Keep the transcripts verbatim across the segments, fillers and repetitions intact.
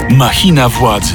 Machina władzy.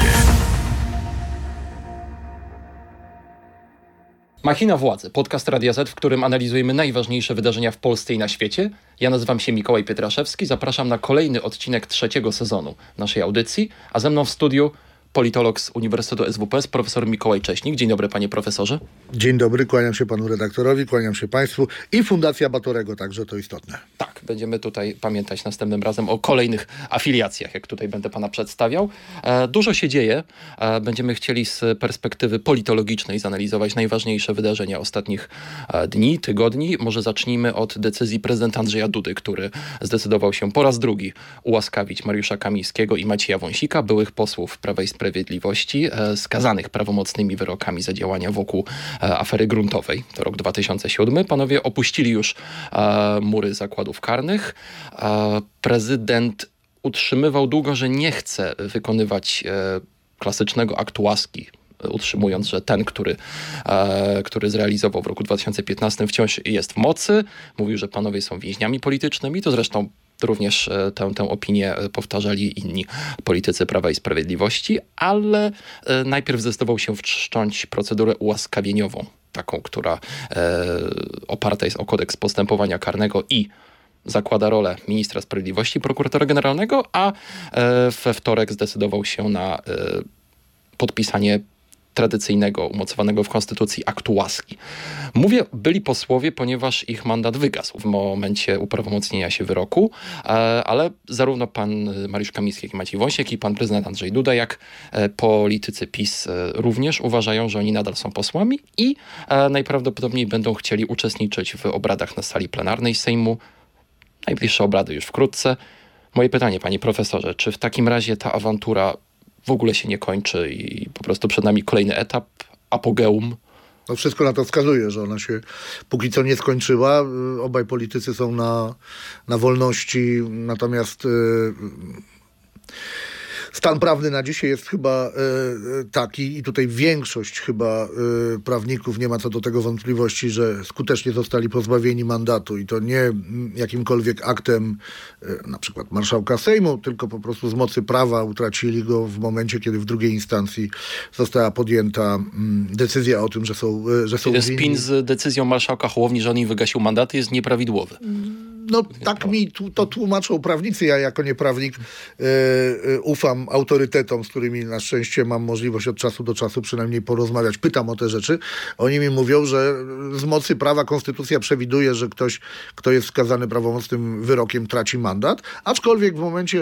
Machina władzy, podcast Radia Z, w którym analizujemy najważniejsze wydarzenia w Polsce i na świecie. Ja nazywam się Mikołaj Pietraszewski, zapraszam na kolejny odcinek trzeciego sezonu naszej audycji, a ze mną w studiu politolog z Uniwersytetu S W P S, profesor Mikołaj Cześnik. Dzień dobry, panie profesorze. Dzień dobry, kłaniam się panu redaktorowi, kłaniam się państwu i Fundacja Batorego, także to istotne. Tak, będziemy tutaj pamiętać następnym razem o kolejnych afiliacjach, jak tutaj będę pana przedstawiał. E, dużo się dzieje. E, będziemy chcieli z perspektywy politologicznej zanalizować najważniejsze wydarzenia ostatnich e, dni, tygodni. Może zacznijmy od decyzji prezydenta Andrzeja Dudy, który zdecydował się po raz drugi ułaskawić Mariusza Kamińskiego i Macieja Wąsika, byłych posłów Prawa i Sprawiedliwości, e, skazanych prawomocnymi wyrokami za działania wokół e, afery gruntowej. To rok dwa tysiące siódmy. Panowie opuścili już e, mury zakładów karnych. E, prezydent utrzymywał długo, że nie chce wykonywać e, klasycznego aktu łaski, utrzymując, że ten, który, e, który zrealizował w roku dwa tysiące piętnastym, wciąż jest w mocy. Mówił, że panowie są więźniami politycznymi. To zresztą również e, tę, tę opinię powtarzali inni politycy Prawa i Sprawiedliwości, ale e, najpierw zdecydował się wszcząć procedurę ułaskawieniową, taką, która e, oparta jest o kodeks postępowania karnego i zakłada rolę ministra sprawiedliwości, prokuratora generalnego, a e, we wtorek zdecydował się na e, podpisanie tradycyjnego, umocowanego w Konstytucji aktu łaski. Mówię byli posłowie, ponieważ ich mandat wygasł w momencie uprawomocnienia się wyroku, ale zarówno pan Mariusz Kamiński, jak i Maciej Wąsik, i pan prezydent Andrzej Duda, jak politycy PiS również uważają, że oni nadal są posłami i najprawdopodobniej będą chcieli uczestniczyć w obradach na sali plenarnej Sejmu. Najbliższe obrady już wkrótce. Moje pytanie, panie profesorze, czy w takim razie ta awantura w ogóle się nie kończy i po prostu przed nami kolejny etap, apogeum? No wszystko na to wskazuje, że ona się póki co nie skończyła. Obaj politycy są na, na wolności, natomiast yy, stan prawny na dzisiaj jest chyba y, taki i tutaj większość chyba y, prawników nie ma co do tego wątpliwości, że skutecznie zostali pozbawieni mandatu i to nie jakimkolwiek aktem y, na przykład marszałka Sejmu, tylko po prostu z mocy prawa utracili go w momencie, kiedy w drugiej instancji została podjęta y, decyzja o tym, że są y, że są Ten winni. spin z decyzją marszałka Hołowni, że on im wygasił mandaty, jest nieprawidłowy. No tak mi tu, to tłumaczą prawnicy. Ja jako nieprawnik y, y, ufam autorytetom, z którymi na szczęście mam możliwość od czasu do czasu przynajmniej porozmawiać. Pytam o te rzeczy. Oni mi mówią, że z mocy prawa konstytucja przewiduje, że ktoś, kto jest skazany prawomocnym wyrokiem, traci mandat. Aczkolwiek w momencie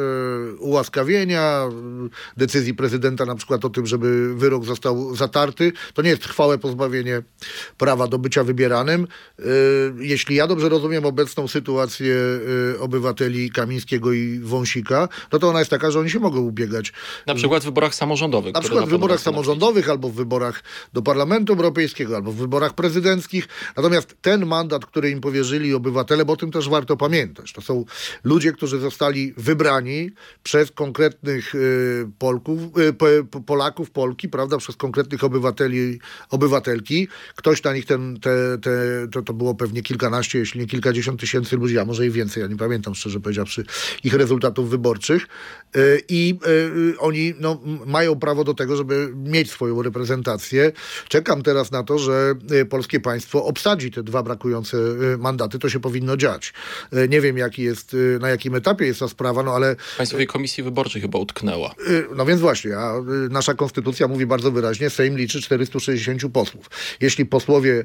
y, ułaskawienia, y, decyzji prezydenta na przykład o tym, żeby wyrok został zatarty, to nie jest trwałe pozbawienie prawa do bycia wybieranym. Y, jeśli ja dobrze rozumiem obecną sytuację y, obywateli Kamińskiego i Wąsika, no to ona jest taka, że oni się mogą ubiegać. Na przykład w wyborach samorządowych. Na przykład w wyborach samorządowych, albo w wyborach do Parlamentu Europejskiego, albo w wyborach prezydenckich. Natomiast ten mandat, który im powierzyli obywatele, bo o tym też warto pamiętać, to są ludzie, którzy zostali wybrani przez konkretnych y, Polków, y, po, Polaków, Polki, prawda, przez konkretnych obywateli, obywatelki. Ktoś na nich ten, te, te, to, to było pewnie kilkanaście, jeśli nie kilkadziesiąt tysięcy ludzi, a może i więcej, ja nie pamiętam szczerze powiedziawszy ich rezultatów wyborczych yy, i yy, oni no, mają prawo do tego, żeby mieć swoją reprezentację. Czekam teraz na to, że yy, polskie państwo obsadzi te dwa brakujące yy, mandaty. To się powinno dziać. Yy, nie wiem, jaki jest, yy, na jakim etapie jest ta sprawa, no ale... Państwowej Komisji Wyborczej chyba utknęła. Yy, no więc właśnie, a yy, nasza konstytucja mówi bardzo wyraźnie, Sejm liczy czterystu sześćdziesięciu posłów. Jeśli posłowie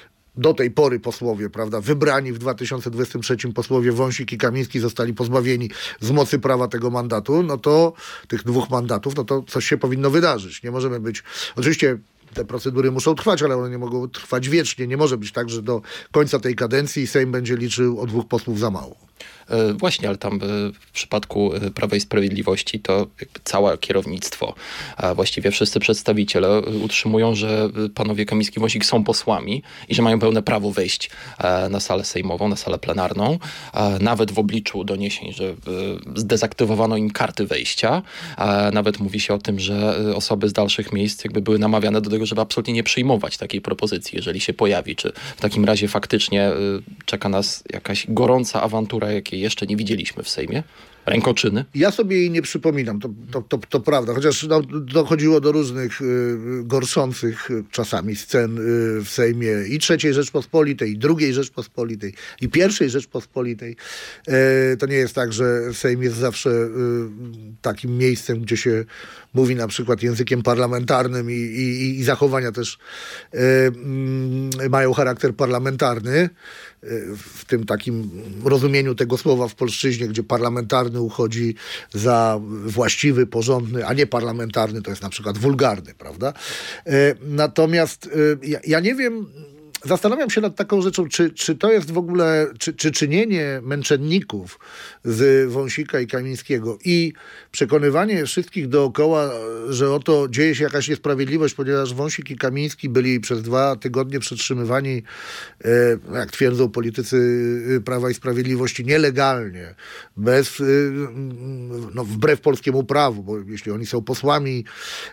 do tej pory posłowie, prawda, wybrani w dwa tysiące dwudziestym trzecim posłowie Wąsik i Kamiński zostali pozbawieni z mocy prawa tego mandatu, no to tych dwóch mandatów, no to coś się powinno wydarzyć. Nie możemy być, oczywiście te procedury muszą trwać, ale one nie mogą trwać wiecznie. Nie może być tak, że do końca tej kadencji Sejm będzie liczył o dwóch posłów za mało. Właśnie, ale tam w przypadku Prawa i Sprawiedliwości to jakby całe kierownictwo, a właściwie wszyscy przedstawiciele utrzymują, że panowie Kamiński i Wąsik są posłami i że mają pełne prawo wejść na salę sejmową, na salę plenarną, nawet w obliczu doniesień, że zdezaktywowano im karty wejścia. Nawet mówi się o tym, że osoby z dalszych miejsc jakby były namawiane do tego, żeby absolutnie nie przyjmować takiej propozycji, jeżeli się pojawi. Czy w takim razie faktycznie czeka nas jakaś gorąca awantura, jakiej jeszcze nie widzieliśmy w Sejmie? Rękoczyny? Ja sobie jej nie przypominam, to, to, to, to prawda, chociaż no, dochodziło do różnych y, gorszących czasami scen y, w Sejmie i trzeciej Rzeczpospolitej, i drugiej Rzeczpospolitej, i pierwszej Rzeczpospolitej. Y, to nie jest tak, że Sejm jest zawsze y, takim miejscem, gdzie się mówi na przykład językiem parlamentarnym i, i, i zachowania też y, y, mają charakter parlamentarny. W tym takim rozumieniu tego słowa w polszczyźnie, gdzie parlamentarny uchodzi za właściwy, porządny, a nie parlamentarny to jest na przykład wulgarny, prawda? Natomiast ja, ja nie wiem, zastanawiam się nad taką rzeczą, czy, czy to jest w ogóle, czy, czy czynienie męczenników z Wąsika i Kamińskiego i przekonywanie wszystkich dookoła, że oto dzieje się jakaś niesprawiedliwość, ponieważ Wąsik i Kamiński byli przez dwa tygodnie przetrzymywani, jak twierdzą politycy Prawa i Sprawiedliwości, nielegalnie, bez, no, wbrew polskiemu prawu, bo jeśli oni są posłami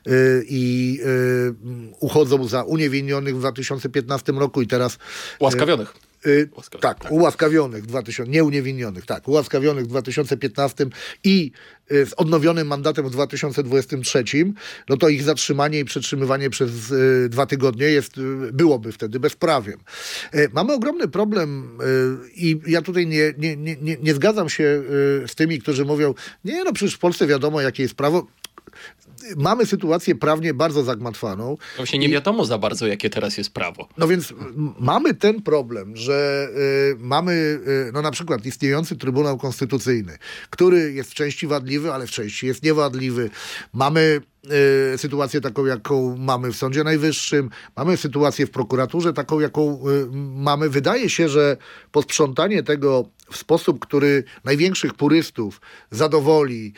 i uchodzą za uniewinionych w dwa tysiące piętnastym roku i teraz... Ułaskawionych. Y, Ułaskawionych, tak, tak, ułaskawionych w dwa tysiące, nie uniewinionych, tak, ułaskawionych w dwa tysiące piętnastym i y, z odnowionym mandatem w dwa tysiące dwudziestym trzecim, no to ich zatrzymanie i przetrzymywanie przez y, dwa tygodnie jest, y, byłoby wtedy bezprawiem. Y, mamy ogromny problem y, i ja tutaj nie, nie, nie, nie, nie zgadzam się y, z tymi, którzy mówią, nie no przecież w Polsce wiadomo jakie jest prawo. Mamy sytuację prawnie bardzo zagmatwaną. Właśnie nie wiadomo za bardzo, jakie teraz jest prawo. No więc m- mamy ten problem, że y, mamy y, no na przykład istniejący Trybunał Konstytucyjny, który jest w części wadliwy, ale w części jest niewadliwy. Mamy y, sytuację taką, jaką mamy w Sądzie Najwyższym. Mamy sytuację w prokuraturze taką, jaką y, mamy. Wydaje się, że posprzątanie tego w sposób, który największych purystów zadowoli,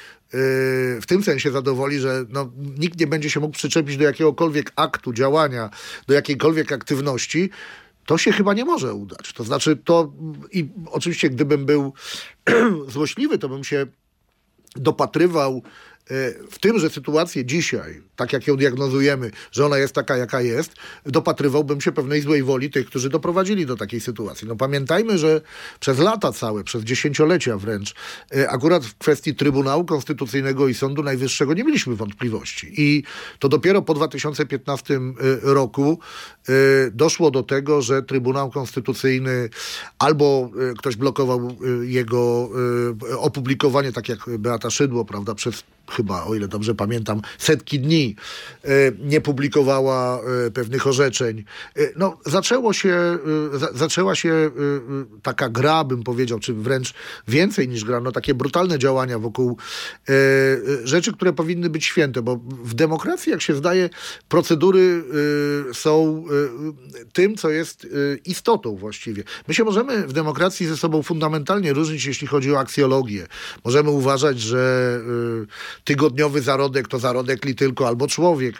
w tym sensie zadowoli, że no, nikt nie będzie się mógł przyczepić do jakiegokolwiek aktu, działania, do jakiejkolwiek aktywności, to się chyba nie może udać. To znaczy to i oczywiście gdybym był złośliwy, to bym się dopatrywał w tym, że sytuację dzisiaj, tak jak ją diagnozujemy, że ona jest taka, jaka jest, dopatrywałbym się pewnej złej woli tych, którzy doprowadzili do takiej sytuacji. No pamiętajmy, że przez lata całe, przez dziesięciolecia wręcz, akurat w kwestii Trybunału Konstytucyjnego i Sądu Najwyższego nie mieliśmy wątpliwości. I to dopiero po dwa tysiące piętnastym roku doszło do tego, że Trybunał Konstytucyjny albo ktoś blokował jego opublikowanie, tak jak Beata Szydło, prawda, przez chyba, o ile dobrze pamiętam, setki dni nie publikowała pewnych orzeczeń. No, zaczęło się, zaczęła się taka gra, bym powiedział, czy wręcz więcej niż gra, no takie brutalne działania wokół rzeczy, które powinny być święte, bo w demokracji, jak się zdaje, procedury są tym, co jest istotą właściwie. My się możemy w demokracji ze sobą fundamentalnie różnić, jeśli chodzi o aksjologię. Możemy uważać, że tygodniowy zarodek to zarodek li tylko albo człowiek.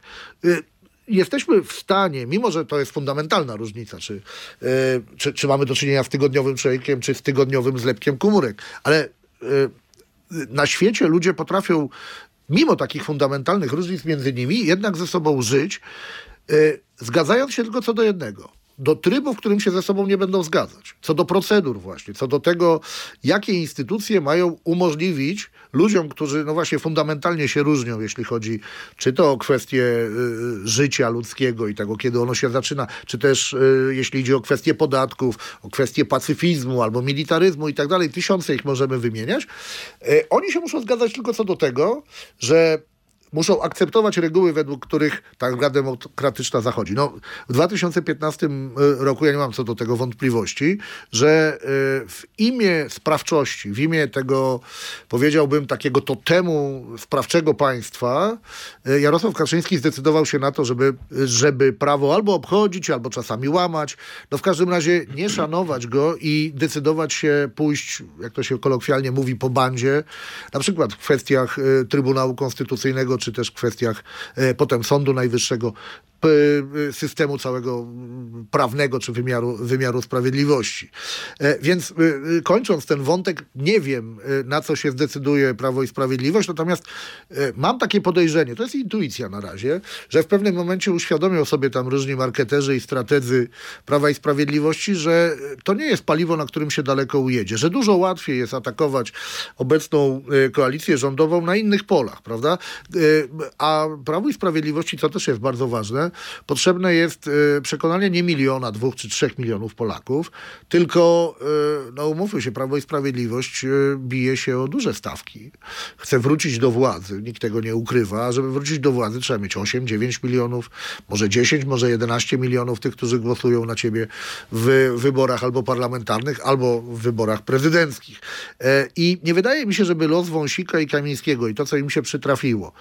Jesteśmy w stanie, mimo że to jest fundamentalna różnica, czy, czy, czy mamy do czynienia z tygodniowym człowiekiem, czy z tygodniowym zlepkiem komórek, ale na świecie ludzie potrafią, mimo takich fundamentalnych różnic między nimi, jednak ze sobą żyć, zgadzając się tylko co do jednego. Do trybu, w którym się ze sobą nie będą zgadzać. Co do procedur właśnie, co do tego, jakie instytucje mają umożliwić ludziom, którzy no właśnie fundamentalnie się różnią, jeśli chodzi czy to o kwestię y, życia ludzkiego i tego, kiedy ono się zaczyna, czy też y, jeśli idzie o kwestię podatków, o kwestię pacyfizmu albo militaryzmu i tak dalej, tysiące ich możemy wymieniać. Y, oni się muszą zgadzać tylko co do tego, że muszą akceptować reguły, według których ta gra demokratyczna zachodzi. No, w dwa tysiące piętnastym roku, ja nie mam co do tego wątpliwości, że w imię sprawczości, w imię tego, powiedziałbym, takiego totemu sprawczego państwa, Jarosław Kaczyński zdecydował się na to, żeby, żeby prawo albo obchodzić, albo czasami łamać. No w każdym razie nie szanować go i decydować się pójść, jak to się kolokwialnie mówi, po bandzie, na przykład w kwestiach Trybunału Konstytucyjnego, czy też w kwestiach e, potem Sądu Najwyższego. systemu całego prawnego czy wymiaru, wymiaru sprawiedliwości. Więc kończąc ten wątek, nie wiem, na co się zdecyduje Prawo i Sprawiedliwość, natomiast mam takie podejrzenie, to jest intuicja na razie, że w pewnym momencie uświadomią sobie tam różni marketerzy i strategzy Prawa i Sprawiedliwości, że to nie jest paliwo, na którym się daleko ujedzie, że dużo łatwiej jest atakować obecną koalicję rządową na innych polach, prawda? A Prawu i Sprawiedliwości, co też jest bardzo ważne, potrzebne jest przekonanie nie miliona, dwóch czy trzech milionów Polaków, tylko, no umówmy się, Prawo i Sprawiedliwość bije się o duże stawki. Chce wrócić do władzy, nikt tego nie ukrywa, a żeby wrócić do władzy trzeba mieć osiem, dziewięć milionów, może dziesięć, może jedenaście milionów tych, którzy głosują na ciebie w wyborach albo parlamentarnych, albo w wyborach prezydenckich. I nie wydaje mi się, żeby los Wąsika i Kamińskiego i to, co im się przytrafiło,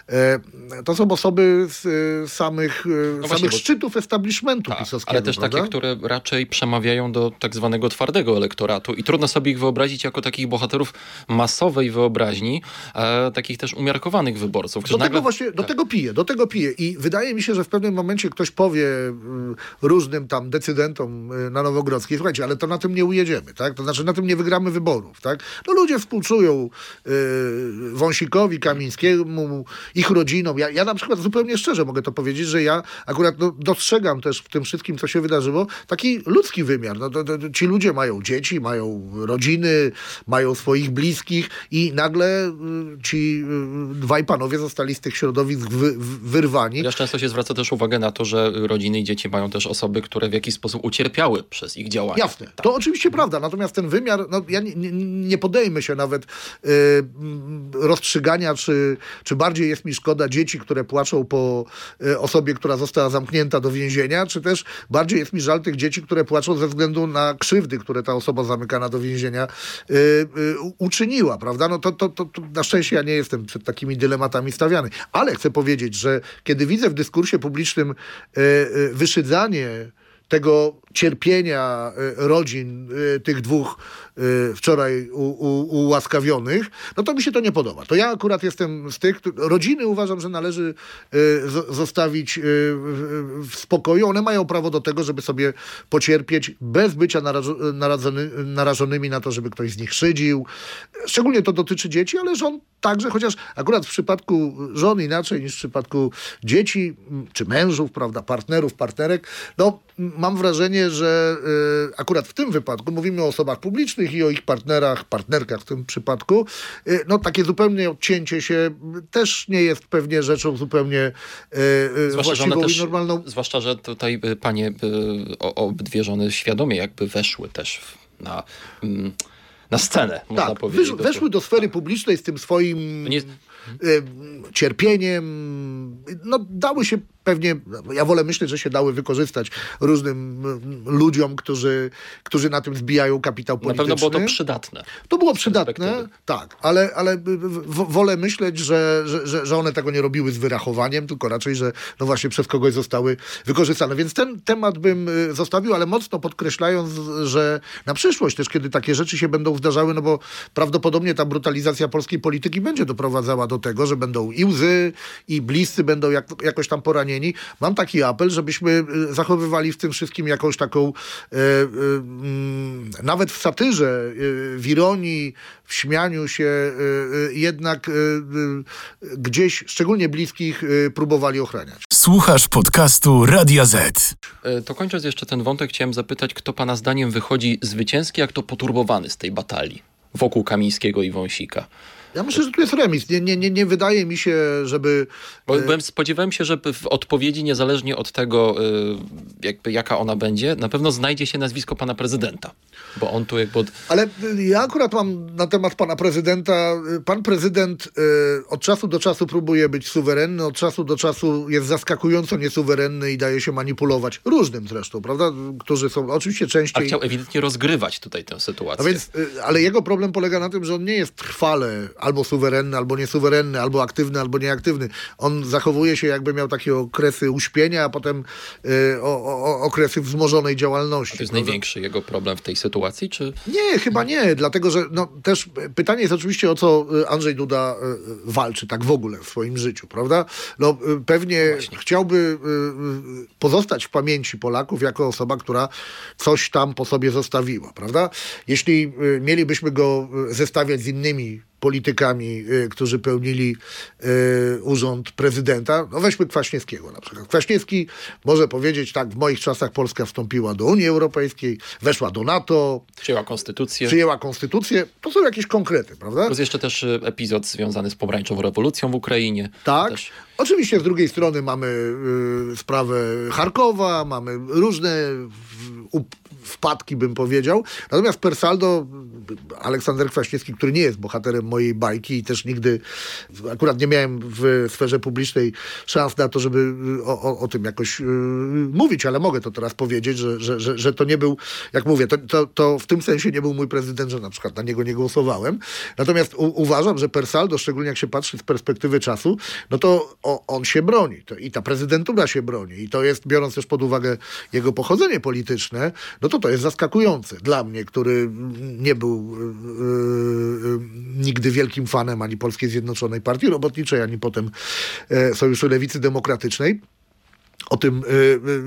to są osoby z samych, no samych bo... szczytów establishmentu tak, pisowskiego. Ale też prawda? takie, które raczej przemawiają do tak zwanego twardego elektoratu i trudno sobie ich wyobrazić jako takich bohaterów masowej wyobraźni, e, takich też umiarkowanych wyborców. Do, nagle... tego właśnie, do tak. tego piję, do tego piję i wydaje mi się, że w pewnym momencie ktoś powie y, różnym tam decydentom y, na Nowogrodzkiej, słuchajcie, ale to na tym nie ujedziemy, tak? To znaczy na tym nie wygramy wyborów, tak? No ludzie współczują y, Wąsikowi, Kamińskiemu, ich rodzinom. Ja, ja na przykład zupełnie szczerze mogę to powiedzieć, że ja akurat no, dostrzegam też w tym wszystkim, co się wydarzyło, taki ludzki wymiar. No, to, to, ci ludzie mają dzieci, mają rodziny, mają swoich bliskich i nagle y, ci y, dwaj panowie zostali z tych środowisk wy, wyrwani. Ja często się zwraca też uwagę na to, że rodziny i dzieci mają też osoby, które w jakiś sposób ucierpiały przez ich działania. Jasne, tak. To oczywiście prawda, natomiast ten wymiar, no ja nie, nie, nie podejmę się nawet y, rozstrzygania, czy, czy bardziej jest mi szkoda dzieci, które płaczą po y, osobie, która została zamknięta do więzienia, czy też bardziej jest mi żal tych dzieci, które płaczą ze względu na krzywdy, które ta osoba zamykana do więzienia y, y, uczyniła, prawda? No to, to, to, to na szczęście ja nie jestem przed takimi dylematami stawiany, ale chcę powiedzieć, że kiedy widzę w dyskursie publicznym y, y, wyszydzanie tego cierpienia rodzin tych dwóch wczoraj u, u, ułaskawionych, no to mi się to nie podoba. To ja akurat jestem z tych, rodziny uważam, że należy zostawić w spokoju. One mają prawo do tego, żeby sobie pocierpieć bez bycia narażony, narażonymi na to, żeby ktoś z nich szydził. Szczególnie to dotyczy dzieci, ale żon także, chociaż akurat w przypadku żon inaczej niż w przypadku dzieci, czy mężów, prawda, partnerów, partnerek, no mam wrażenie, że y, akurat w tym wypadku mówimy o osobach publicznych i o ich partnerach, partnerkach w tym przypadku. Y, no takie zupełnie odcięcie się też nie jest pewnie rzeczą zupełnie y, zwłaszcza, właściwą też, i normalną. Zwłaszcza, że tutaj y, panie y, o, obydwie żony świadomie jakby weszły też w, na... Y, na scenę, można tak, powiedzieć. Wysz, weszły do sfery publicznej z tym swoim nie... y, cierpieniem. No dały się pewnie, ja wolę myśleć, że się dały wykorzystać różnym ludziom, którzy, którzy na tym zbijają kapitał polityczny. Na pewno było to przydatne. To było przydatne, tak, ale, ale w, wolę myśleć, że, że, że one tego nie robiły z wyrachowaniem, tylko raczej, że no właśnie przez kogoś zostały wykorzystane. Więc ten temat bym zostawił, ale mocno podkreślając, że na przyszłość też, kiedy takie rzeczy się będą zdarzały, no bo prawdopodobnie ta brutalizacja polskiej polityki będzie doprowadzała do tego, że będą i łzy, i bliscy będą jak, jakoś tam poranieni. Mam taki apel, żebyśmy zachowywali w tym wszystkim jakąś taką e, e, nawet w satyrze, e, w ironii, w śmianiu się e, e, jednak e, e, gdzieś szczególnie bliskich e, próbowali ochraniać. Słuchasz podcastu Radia Z. To kończąc jeszcze ten wątek, chciałem zapytać, kto pana zdaniem wychodzi zwycięski, a kto poturbowany z tej batalii wokół Kamińskiego i Wąsika? Ja myślę, że tu jest remis. Nie, nie, nie, nie wydaje mi się, żeby... Bo byłem, spodziewałem się, że w odpowiedzi, niezależnie od tego, jakby jaka ona będzie, na pewno znajdzie się nazwisko pana prezydenta. Bo on tu jakby... Od... Ale ja akurat mam na temat pana prezydenta. Pan prezydent y, od czasu do czasu próbuje być suwerenny, od czasu do czasu jest zaskakująco niesuwerenny i daje się manipulować. Różnym zresztą, prawda? Którzy są oczywiście częściej... A chciał ewidentnie rozgrywać tutaj tę sytuację. A więc, y, ale jego problem polega na tym, że on nie jest trwale albo suwerenny, albo niesuwerenny, albo aktywny, albo nieaktywny. On zachowuje się, jakby miał takie okresy uśpienia, a potem y, o, o, okresy wzmożonej działalności. A to jest prawda? największy jego problem w tej sytuacji, czy... Nie, chyba nie, dlatego że no, też pytanie jest oczywiście, o co Andrzej Duda y, walczy tak w ogóle w swoim życiu, prawda? No, y, pewnie Właśnie. chciałby y, y, pozostać w pamięci Polaków jako osoba, która coś tam po sobie zostawiła, prawda? Jeśli y, mielibyśmy go y, zestawiać z innymi politykami, y, którzy pełnili y, urząd prezydenta, no weźmy Kwaśniewskiego na przykład. Kwaśniewski może powiedzieć, tak, w moich czasach Polska wstąpiła do Unii Europejskiej, weszła do NATO, Przyjęła konstytucję. przyjęła konstytucję. To są jakieś konkrety, prawda? Jest jeszcze też y, epizod związany z pomarańczową rewolucją w Ukrainie. Tak. Też... Oczywiście z drugiej strony mamy y, sprawę Charkowa, mamy różne w, up, wpadki, bym powiedział. Natomiast per saldo Aleksander Kwaśniewski, który nie jest bohaterem mojej bajki i też nigdy, akurat nie miałem w sferze publicznej szans na to, żeby o, o, o tym jakoś y, mówić, ale mogę to teraz powiedzieć, że, że, że, że to nie był, jak mówię, to, to, to w tym sensie nie był mój prezydent, że na przykład na niego nie głosowałem. Natomiast u, uważam, że per saldo, szczególnie jak się patrzy z perspektywy czasu, no to o, on się broni. To, i ta prezydentura się broni. I to jest, biorąc też pod uwagę jego pochodzenie polityczne, no to to jest zaskakujące dla mnie, który nie był yy, yy, nigdy wielkim fanem ani Polskiej Zjednoczonej Partii Robotniczej, ani potem yy, Sojuszu Lewicy Demokratycznej. O tym y,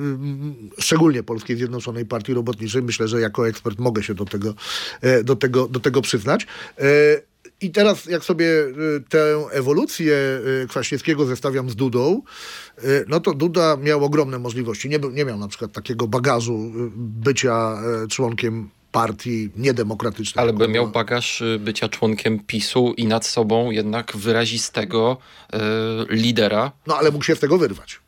y, szczególnie Polskiej Zjednoczonej Partii Robotniczej myślę, że jako ekspert mogę się do tego, y, do tego, do tego przyznać. Y, I teraz jak sobie y, tę ewolucję y, Kwaśniewskiego zestawiam z Dudą, y, no to Duda miał ogromne możliwości. Nie, był, nie miał na przykład takiego bagażu y, bycia y, członkiem partii niedemokratycznej. Ale by miał bagaż y, bycia członkiem PiSu i nad sobą jednak wyrazistego y, lidera. No ale mógł się z tego wyrwać.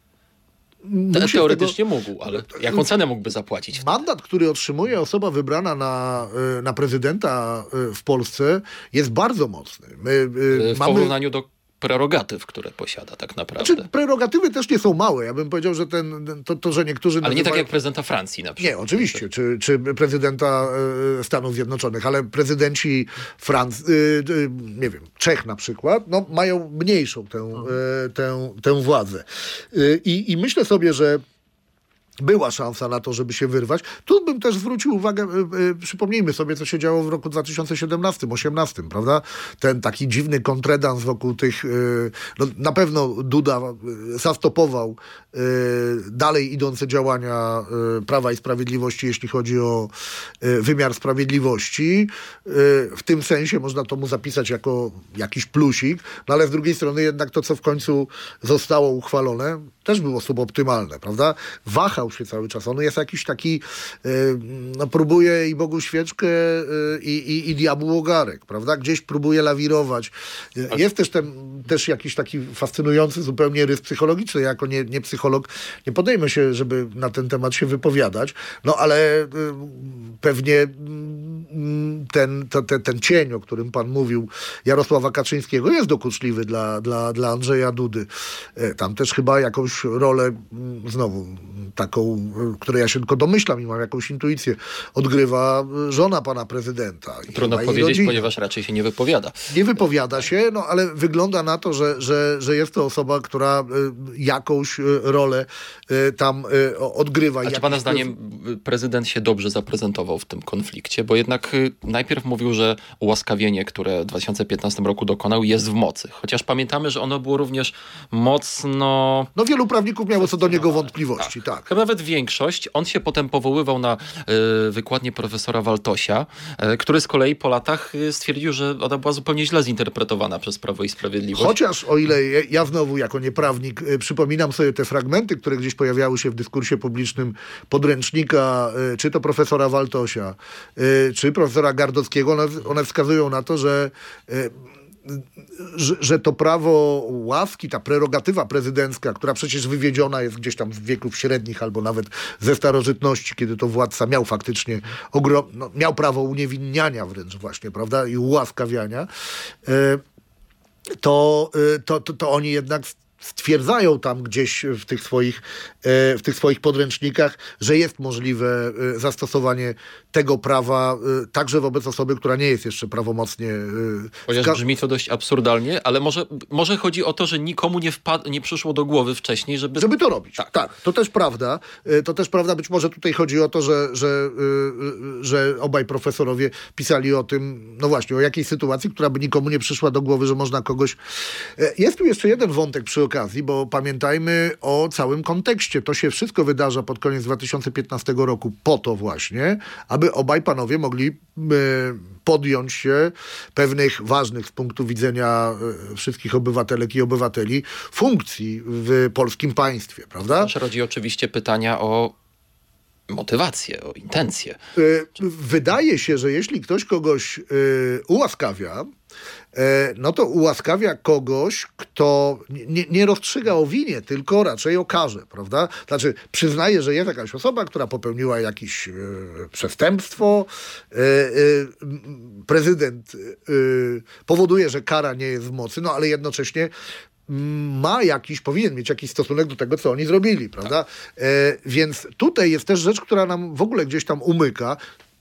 Te, teoretycznie tego... mógł, ale jaką cenę mógłby zapłacić? Mandat, który otrzymuje osoba wybrana na, na prezydenta w Polsce, jest bardzo mocny. My, w mamy... porównaniu do prerogatyw, które posiada tak naprawdę. Znaczy, prerogatywy też nie są małe. Ja bym powiedział, że ten, to, to że niektórzy... Ale nazywają... nie tak jak prezydenta Francji na przykład. Nie, oczywiście. Czy, czy prezydenta y, Stanów Zjednoczonych, ale prezydenci Francji, y, y, nie wiem, Czech na przykład, no, mają mniejszą tę, y, tę, tę władzę. Y, i, I myślę sobie, że była szansa na to, żeby się wyrwać. Tu bym też zwrócił uwagę, y, y, przypomnijmy sobie, co się działo w roku dwa tysiące siedemnastym osiemnastym, prawda? Ten taki dziwny kontredans wokół tych... Y, no, na pewno Duda y, zastopował y, dalej idące działania y, Prawa i Sprawiedliwości, jeśli chodzi o y, wymiar sprawiedliwości. Y, w tym sensie można to mu zapisać jako jakiś plusik, no ale z drugiej strony jednak to, co w końcu zostało uchwalone, też było suboptymalne, prawda? Wahał się cały czas. On jest jakiś taki, yy, no, próbuje i Bogu świeczkę yy, i, i diabłu ogarek, prawda? Gdzieś próbuje lawirować. Yy, jest też ten, też jakiś taki fascynujący zupełnie rys psychologiczny. Ja jako nie, nie psycholog nie podejmę się, żeby na ten temat się wypowiadać, no ale yy, pewnie yy, ten, to, te, ten cień, o którym pan mówił, Jarosława Kaczyńskiego, jest dokuczliwy dla, dla, dla Andrzeja Dudy. Yy, tam też chyba jakąś rolę, yy, znowu taką, której ja się tylko domyślam i mam jakąś intuicję, odgrywa żona pana prezydenta. Trudno powiedzieć, rodzina. Ponieważ raczej się nie wypowiada. Nie wypowiada się, no ale wygląda na to, że, że, że jest to osoba, która jakąś rolę tam odgrywa. A czy pana zdaniem prezydent się dobrze zaprezentował w tym konflikcie? Bo jednak najpierw mówił, że ułaskawienie, które w dwa tysiące piętnastym roku dokonał, jest w mocy. Chociaż pamiętamy, że ono było również mocno... No wielu prawników miało co do niego wątpliwości, tak. tak. Chyba nawet większość. On się potem powoływał na y, wykładnię profesora Waltosia, y, który z kolei po latach y, stwierdził, że ona była zupełnie źle zinterpretowana przez Prawo i Sprawiedliwość. Chociaż o ile ja znowu jako nieprawnik y, przypominam sobie te fragmenty, które gdzieś pojawiały się w dyskursie publicznym podręcznika, y, czy to profesora Waltosia, y, czy profesora Gardockiego, one, one wskazują na to, że y, Że, że to prawo łaski, ta prerogatywa prezydencka, która przecież wywiedziona jest gdzieś tam z wieków średnich albo nawet ze starożytności, kiedy to władca miał faktycznie ogrom, no, miał prawo uniewinniania wręcz właśnie, prawda, i ułaskawiania, to, to, to, to oni jednak stwierdzają tam gdzieś w tych swoich, w tych swoich podręcznikach, że jest możliwe zastosowanie tego prawa także wobec osoby, która nie jest jeszcze prawomocnie... Chociaż Ska- brzmi to dość absurdalnie, ale może, może chodzi o to, że nikomu nie, wpad- nie przyszło do głowy wcześniej, żeby... Żeby to robić. Tak. tak, to też prawda. To też prawda, być może tutaj chodzi o to, że, że, że obaj profesorowie pisali o tym, no właśnie, o jakiej sytuacji, która by nikomu nie przyszła do głowy, że można kogoś... Jest tu jeszcze jeden wątek przy okazji, bo pamiętajmy o całym kontekście. To się wszystko wydarza pod koniec dwa tysiące piętnastego roku po to właśnie, aby obaj panowie mogli podjąć się pewnych ważnych z punktu widzenia wszystkich obywatelek i obywateli funkcji w polskim państwie, prawda? Też rodzi oczywiście pytania o motywację, o intencję. Wydaje się, że jeśli ktoś kogoś ułaskawia, no to ułaskawia kogoś, kto nie, nie rozstrzyga o winie, tylko raczej o karze, prawda? Znaczy przyznaje, że jest jakaś osoba, która popełniła jakieś e, przestępstwo. E, e, prezydent e, powoduje, że kara nie jest w mocy, no ale jednocześnie ma jakiś, powinien mieć jakiś stosunek do tego, co oni zrobili, prawda? E, więc tutaj jest też rzecz, która nam w ogóle gdzieś tam umyka.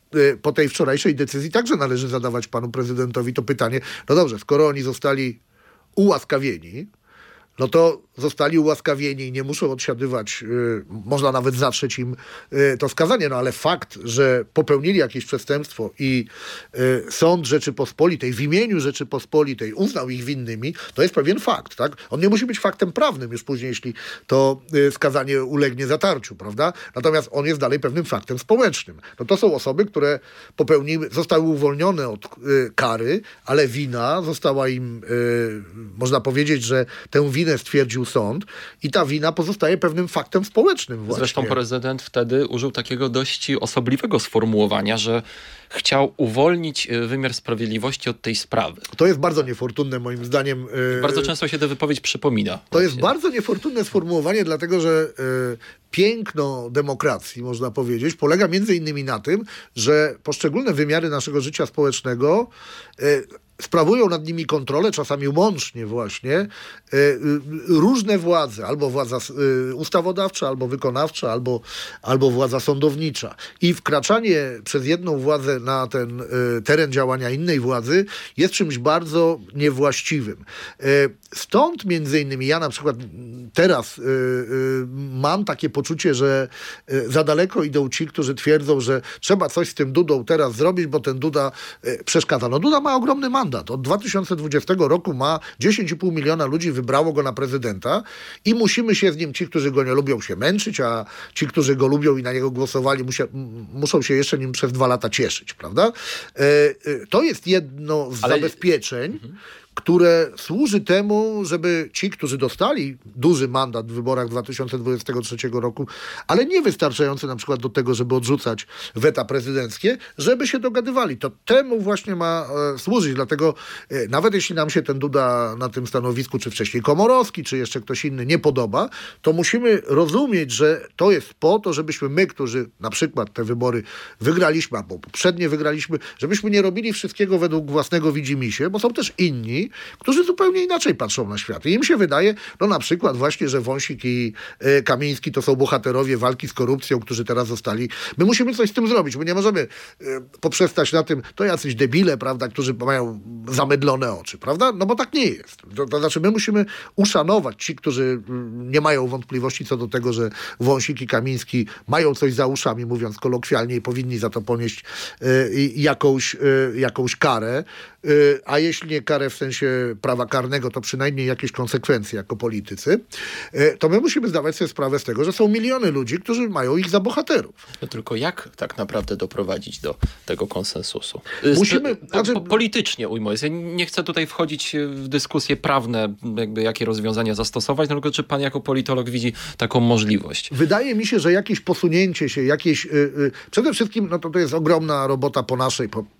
Po tej wczorajszej decyzji także należy zadawać panu prezydentowi to pytanie, no dobrze, skoro oni zostali ułaskawieni, no to zostali ułaskawieni i nie muszą odsiadywać, yy, można nawet zatrzeć im yy, to skazanie, no ale fakt, że popełnili jakieś przestępstwo i yy, sąd Rzeczypospolitej w imieniu Rzeczypospolitej uznał ich winnymi, to jest pewien fakt, tak? On nie musi być faktem prawnym już później, jeśli to yy, skazanie ulegnie zatarciu, prawda? Natomiast on jest dalej pewnym faktem społecznym. No to są osoby, które popełniły, zostały uwolnione od yy, kary, ale wina została im, yy, można powiedzieć, że tę winę stwierdził sąd i ta wina pozostaje pewnym faktem społecznym właśnie. Zresztą prezydent wtedy użył takiego dość osobliwego sformułowania, że chciał uwolnić wymiar sprawiedliwości od tej sprawy. To jest bardzo niefortunne moim zdaniem. Bardzo często się tę wypowiedź przypomina. To właśnie. jest bardzo niefortunne sformułowanie, dlatego że y, piękno demokracji, można powiedzieć, polega między innymi na tym, że poszczególne wymiary naszego życia społecznego y, sprawują nad nimi kontrolę, czasami łącznie właśnie, y, y, różne władze, albo władza y, ustawodawcza, albo wykonawcza, albo, albo władza sądownicza. I wkraczanie przez jedną władzę na ten y, teren działania innej władzy jest czymś bardzo niewłaściwym. Y, stąd między innymi ja na przykład teraz y, y, mam takie poczucie, że y, za daleko idą ci, którzy twierdzą, że trzeba coś z tym Dudą teraz zrobić, bo ten Duda y, przeszkadza. No Duda ma ogromny mandat. Od dwa tysiące dwudziestego roku ma dziesięć i pół miliona ludzi wybrało go na prezydenta i musimy się z nim, ci, którzy go nie lubią, się męczyć, a ci, którzy go lubią i na niego głosowali, musia, muszą się jeszcze nim przez dwa lata cieszyć, prawda? E, e, to jest jedno z Ale... zabezpieczeń, mhm. które służy temu, żeby ci, którzy dostali duży mandat w wyborach dwa tysiące dwudziestego trzeciego roku, ale nie wystarczający na przykład do tego, żeby odrzucać weta prezydenckie, żeby się dogadywali. To temu właśnie ma e, służyć. Dlatego e, nawet jeśli nam się ten Duda na tym stanowisku, czy wcześniej Komorowski, czy jeszcze ktoś inny nie podoba, to musimy rozumieć, że to jest po to, żebyśmy my, którzy na przykład te wybory wygraliśmy, albo poprzednie wygraliśmy, żebyśmy nie robili wszystkiego według własnego widzimisię, bo są też inni, którzy zupełnie inaczej patrzą na świat. I im się wydaje, no na przykład właśnie, że Wąsik i y, Kamiński to są bohaterowie walki z korupcją, którzy teraz zostali. My musimy coś z tym zrobić. My nie możemy y, poprzestać na tym, to jacyś debile, prawda, którzy mają zamydlone oczy, prawda? No bo tak nie jest. To, to znaczy my musimy uszanować ci, którzy y, nie mają wątpliwości co do tego, że Wąsik i Kamiński mają coś za uszami, mówiąc kolokwialnie, i powinni za to ponieść y, jakąś, y, jakąś karę. Y, a jeśli nie karę w sensie prawa karnego, to przynajmniej jakieś konsekwencje jako politycy, to my musimy zdawać sobie sprawę z tego, że są miliony ludzi, którzy mają ich za bohaterów. No tylko jak tak naprawdę doprowadzić do tego konsensusu? Musimy... Po, znaczy... po, politycznie ujmując. Ja nie chcę tutaj wchodzić w dyskusje prawne, jakby jakie rozwiązania zastosować, no tylko czy pan jako politolog widzi taką możliwość? Wydaje mi się, że jakieś posunięcie się, jakieś... Yy, yy, przede wszystkim, no to to jest ogromna robota po naszej, po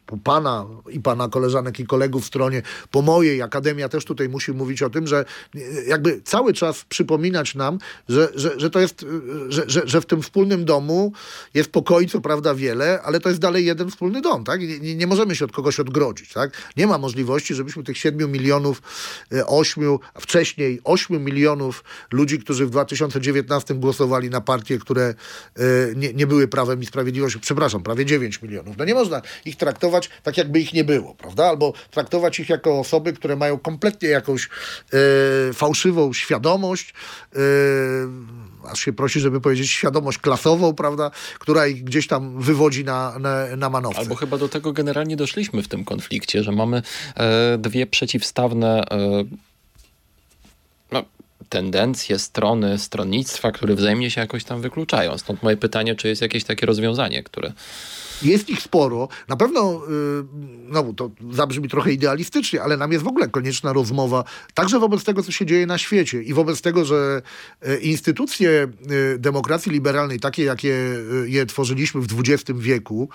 po pana i pana koleżanek i kolegów w stronie, po mojej, Akademia też tutaj musi mówić o tym, że jakby cały czas przypominać nam, że, że, że to jest, że, że, że w tym wspólnym domu jest pokoi, co prawda wiele, ale to jest dalej jeden wspólny dom, tak? Nie, nie możemy się od kogoś odgrodzić, tak? Nie ma możliwości, żebyśmy tych siedmiu milionów, ośmiu, a wcześniej ośmiu milionów ludzi, którzy w dwa tysiące dziewiętnastym głosowali na partie, które nie, nie były Prawem i Sprawiedliwością, przepraszam, prawie dziewięć milionów. No nie można ich traktować tak, jakby ich nie było, prawda? Albo traktować ich jako osoby, które mają kompletnie jakąś e, fałszywą świadomość, e, aż się prosi, żeby powiedzieć świadomość klasową, prawda? Która ich gdzieś tam wywodzi na, na, na manowce. Albo chyba do tego generalnie doszliśmy w tym konflikcie, że mamy e, dwie przeciwstawne e, no, tendencje, strony stronnictwa, które wzajemnie się jakoś tam wykluczają. Stąd moje pytanie, czy jest jakieś takie rozwiązanie, które... Jest ich sporo. Na pewno, no to zabrzmi trochę idealistycznie, ale nam jest w ogóle konieczna rozmowa, także wobec tego, co się dzieje na świecie i wobec tego, że instytucje demokracji liberalnej, takie jakie je tworzyliśmy w dwudziestym wieku,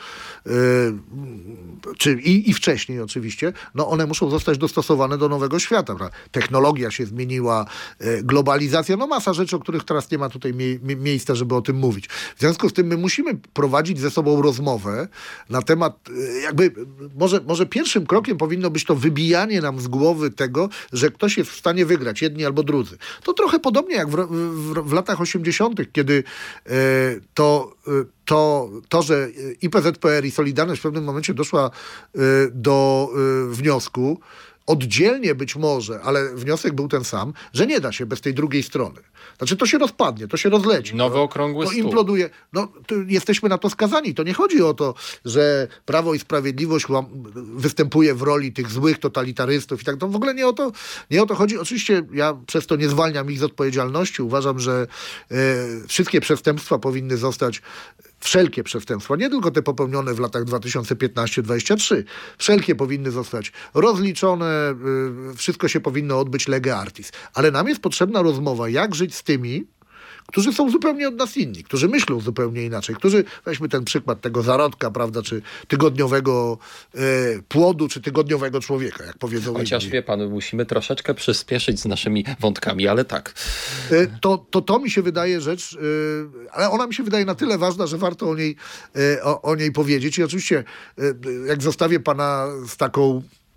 czy i, i wcześniej oczywiście, no one muszą zostać dostosowane do nowego świata. Prawda? Technologia się zmieniła, globalizacja, no masa rzeczy, o których teraz nie ma tutaj mie- miejsca, żeby o tym mówić. W związku z tym my musimy prowadzić ze sobą rozmowę na temat, jakby, może, może pierwszym krokiem powinno być to wybijanie nam z głowy tego, że ktoś jest w stanie wygrać, jedni albo drudzy. To trochę podobnie jak w, w, w latach osiemdziesiątych, kiedy e, to, to, to, że I P Z P R i Solidarność w pewnym momencie doszła e, do e, wniosku, oddzielnie być może, ale wniosek był ten sam, że nie da się bez tej drugiej strony. Znaczy to się rozpadnie, to się rozleci. Nowy to, okrągły to stół. imploduje. No, to jesteśmy na to skazani. To nie chodzi o to, że Prawo i Sprawiedliwość występuje w roli tych złych totalitarystów i tak. To w ogóle nie o to, nie o to chodzi. Oczywiście ja przez to nie zwalniam ich z odpowiedzialności. Uważam, że e, wszystkie przestępstwa powinny zostać wszelkie przestępstwa, nie tylko te popełnione w latach dwa tysiące piętnaście dwadzieścia trzy, wszelkie powinny zostać rozliczone, wszystko się powinno odbyć lege artis. Ale nam jest potrzebna rozmowa, jak żyć z tymi, którzy są zupełnie od nas inni, którzy myślą zupełnie inaczej, którzy, weźmy ten przykład tego zarodka, prawda, czy tygodniowego e, płodu, czy tygodniowego człowieka, jak powiedzą. Chociaż inni. wie pan, musimy troszeczkę przyspieszyć z naszymi wątkami, ale tak. E, to, to, to mi się wydaje rzecz, e, ale ona mi się wydaje na tyle ważna, że warto o niej, e, o, o niej powiedzieć. I oczywiście, e, jak zostawię pana z taką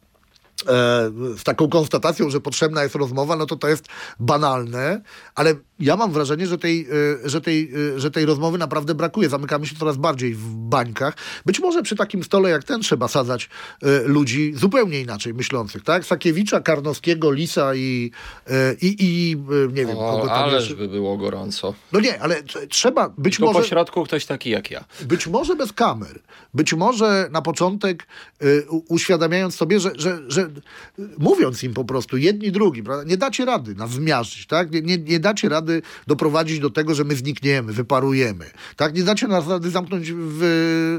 z taką konstatacją, że potrzebna jest rozmowa, no to to jest banalne, ale ja mam wrażenie, że tej, że tej, że tej rozmowy naprawdę brakuje. Zamykamy się coraz bardziej w bańkach. Być może przy takim stole jak ten trzeba sadzać ludzi zupełnie inaczej myślących, tak? Sakiewicza, Karnowskiego, Lisa i, i, i nie wiem, o, kogo tam ależ jeszcze. by było gorąco. No nie, ale t- trzeba być Tylko może... po środku ktoś taki jak ja. Być może bez kamer. Być może na początek y, uświadamiając sobie, że, że, że mówiąc im po prostu, jedni drugi, prawda? Nie dacie rady nas zmiażdżyć, tak? Nie, nie, nie dacie rady doprowadzić do tego, że my znikniemy, wyparujemy, tak? Nie dacie nas rady zamknąć w, y,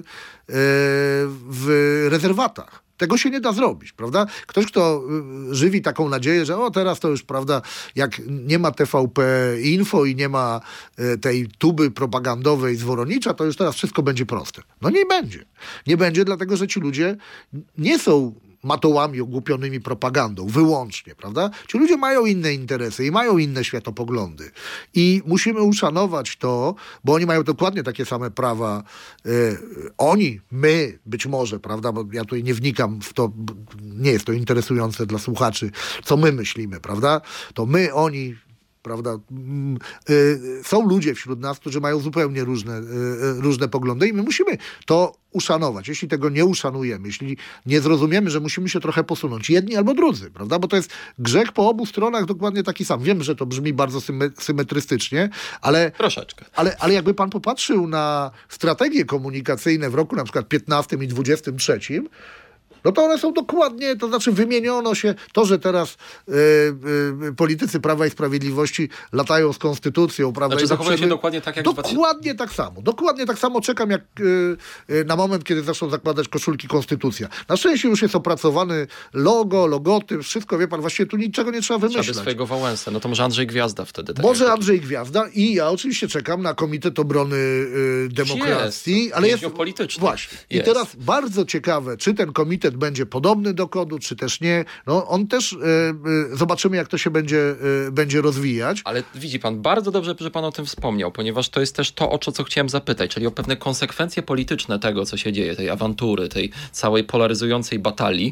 w rezerwatach. Tego się nie da zrobić, prawda? Ktoś, kto y, żywi taką nadzieję, że o teraz to już, prawda, jak nie ma T V P Info i nie ma y, tej tuby propagandowej z Woronicza, to już teraz wszystko będzie proste. No nie będzie. Nie będzie, dlatego że ci ludzie nie są matołami ogłupionymi propagandą, wyłącznie, prawda? Ci ludzie mają inne interesy i mają inne światopoglądy. I musimy uszanować to, bo oni mają dokładnie takie same prawa. Yy, oni, my, być może, prawda? Bo ja tutaj nie wnikam w to, nie jest to interesujące dla słuchaczy, co my myślimy, prawda? To my, oni... Prawda? Są ludzie wśród nas, którzy mają zupełnie różne, różne poglądy i my musimy to uszanować. Jeśli tego nie uszanujemy, jeśli nie zrozumiemy, że musimy się trochę posunąć, jedni albo drudzy, prawda? Bo to jest grzech po obu stronach dokładnie taki sam. Wiem, że to brzmi bardzo syme- symetrystycznie, ale, Troszeczkę. ale, ale jakby pan popatrzył na strategie komunikacyjne w roku na przykład piętnastym i dwudziestym trzecim, no to one są dokładnie, to znaczy wymieniono się, to, że teraz y, y, politycy Prawa i Sprawiedliwości latają z konstytucją, prawda? Znaczy i zachowują dokrzywy- się dokładnie tak jak w Dokładnie tak samo. Dokładnie tak samo czekam jak y, y, na moment, kiedy zaczną zakładać koszulki Konstytucja. Na szczęście już jest opracowany logo, logotyp, wszystko, wie pan, właściwie tu niczego nie trzeba Trzeba by wymyślać. swojego Wałęsę. No to może Andrzej Gwiazda wtedy. Tak Może jak- Andrzej Gwiazda i ja oczywiście czekam na Komitet Obrony y, Demokracji, Jest. ale jest Więźniów politycznych. właśnie. I Jest. teraz bardzo ciekawe, czy ten komitet będzie podobny do kodu, czy też nie. No on też y, y, zobaczymy, jak to się będzie, y, będzie rozwijać. Ale widzi pan, bardzo dobrze, że pan o tym wspomniał, ponieważ to jest też to, o co chciałem zapytać, czyli o pewne konsekwencje polityczne tego, co się dzieje, tej awantury, tej całej polaryzującej batalii,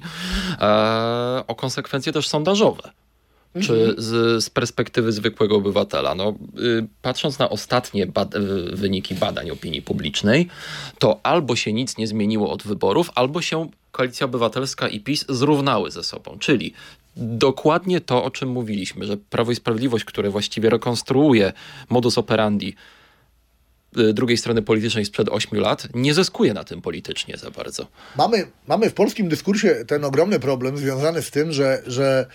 e, o konsekwencje też sondażowe. Czy z, z perspektywy zwykłego obywatela? No, y, patrząc na ostatnie bad- y, wyniki badań opinii publicznej, to albo się nic nie zmieniło od wyborów, albo się Koalicja Obywatelska i PiS zrównały ze sobą. Czyli dokładnie to, o czym mówiliśmy, że Prawo i Sprawiedliwość, które właściwie rekonstruuje modus operandi y, drugiej strony politycznej sprzed ośmiu lat, nie zyskuje na tym politycznie za bardzo. Mamy, mamy w polskim dyskursie ten ogromny problem związany z tym, że, że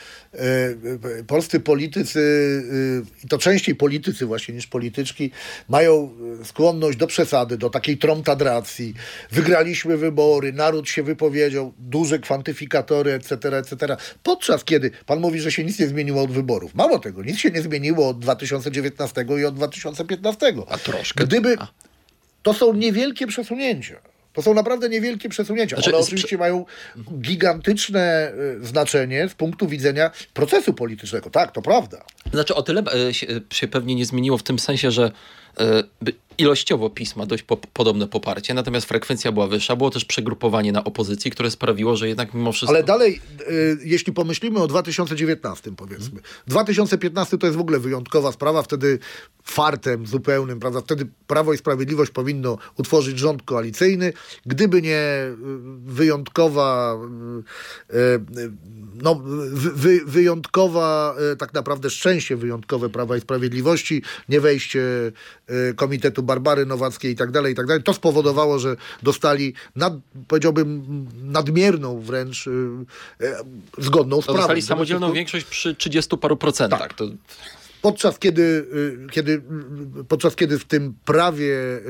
y, polscy politycy, i y, to częściej politycy właśnie niż polityczki, mają skłonność do przesady, do takiej tromtadracji. Wygraliśmy wybory, naród się wypowiedział, duże kwantyfikatory, et cetera, et cetera. Podczas kiedy pan mówi, że się nic nie zmieniło od wyborów. Mało tego, nic się nie zmieniło od dwa tysiące dziewiętnastego i od dwa tysiące piętnastego. A troszkę. Gdyby... A. To są niewielkie przesunięcia. To są naprawdę niewielkie przesunięcia. Znaczy, One sprze- oczywiście mają gigantyczne y, znaczenie z punktu widzenia procesu politycznego. Tak, to prawda. Znaczy o tyle e, się, e, się pewnie nie zmieniło w tym sensie, że e, by- ilościowo PiS ma dość po, podobne poparcie, natomiast frekwencja była wyższa. Było też przegrupowanie na opozycji, które sprawiło, że jednak mimo wszystko... Ale dalej, y, jeśli pomyślimy o dwa tysiące dziewiętnastym, powiedzmy. dwa tysiące piętnasty to jest w ogóle wyjątkowa sprawa. Wtedy fartem zupełnym, prawda? Wtedy Prawo i Sprawiedliwość powinno utworzyć rząd koalicyjny. Gdyby nie y, wyjątkowa y, y, no, wy, wy, wyjątkowa, y, tak naprawdę szczęście wyjątkowe Prawa i Sprawiedliwości, nie wejście y, Komitetu Barbary Nowackiej i tak dalej, i tak dalej. To spowodowało, że dostali, nad, powiedziałbym, nadmierną wręcz y, y, zgodną To sprawę. dostali samodzielną większość przy trzydziestu paru procentach. Tak. To... Podczas kiedy, y, kiedy, y, podczas kiedy w tym prawie, y,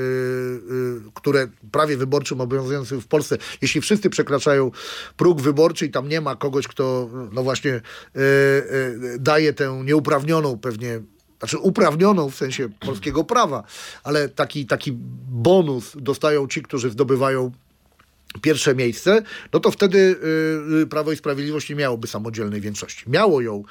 y, które prawie wyborczym obowiązującym w Polsce, jeśli wszyscy przekraczają próg wyborczy i tam nie ma kogoś, kto no właśnie y, y, daje tę nieuprawnioną pewnie, znaczy uprawnioną w sensie polskiego prawa, ale taki, taki bonus dostają ci, którzy zdobywają pierwsze miejsce, no to wtedy y, Prawo i Sprawiedliwość nie miałoby samodzielnej większości. Miało ją y,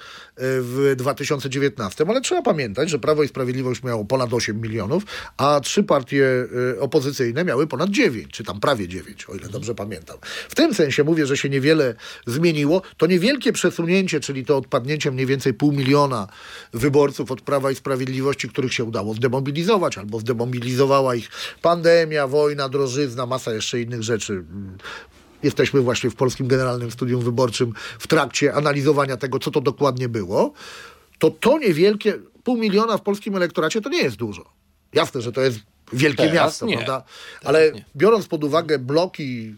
w dwa tysiące dziewiętnastym, ale trzeba pamiętać, że Prawo i Sprawiedliwość miało ponad osiem milionów, a trzy partie y, opozycyjne miały ponad dziewięć, czy tam prawie dziewięć, o ile dobrze pamiętam. W tym sensie mówię, że się niewiele zmieniło. To niewielkie przesunięcie, czyli to odpadnięcie mniej więcej pół miliona wyborców od Prawa i Sprawiedliwości, których się udało zdemobilizować, albo zdemobilizowała ich pandemia, wojna, drożyzna, masa jeszcze innych rzeczy. Jesteśmy właśnie w Polskim Generalnym Studium Wyborczym w trakcie analizowania tego, co to dokładnie było, to to niewielkie, pół miliona w polskim elektoracie to nie jest dużo. Jasne, że to jest wielkie Teraz miasto, nie. prawda? Teraz Ale nie. biorąc pod uwagę bloki,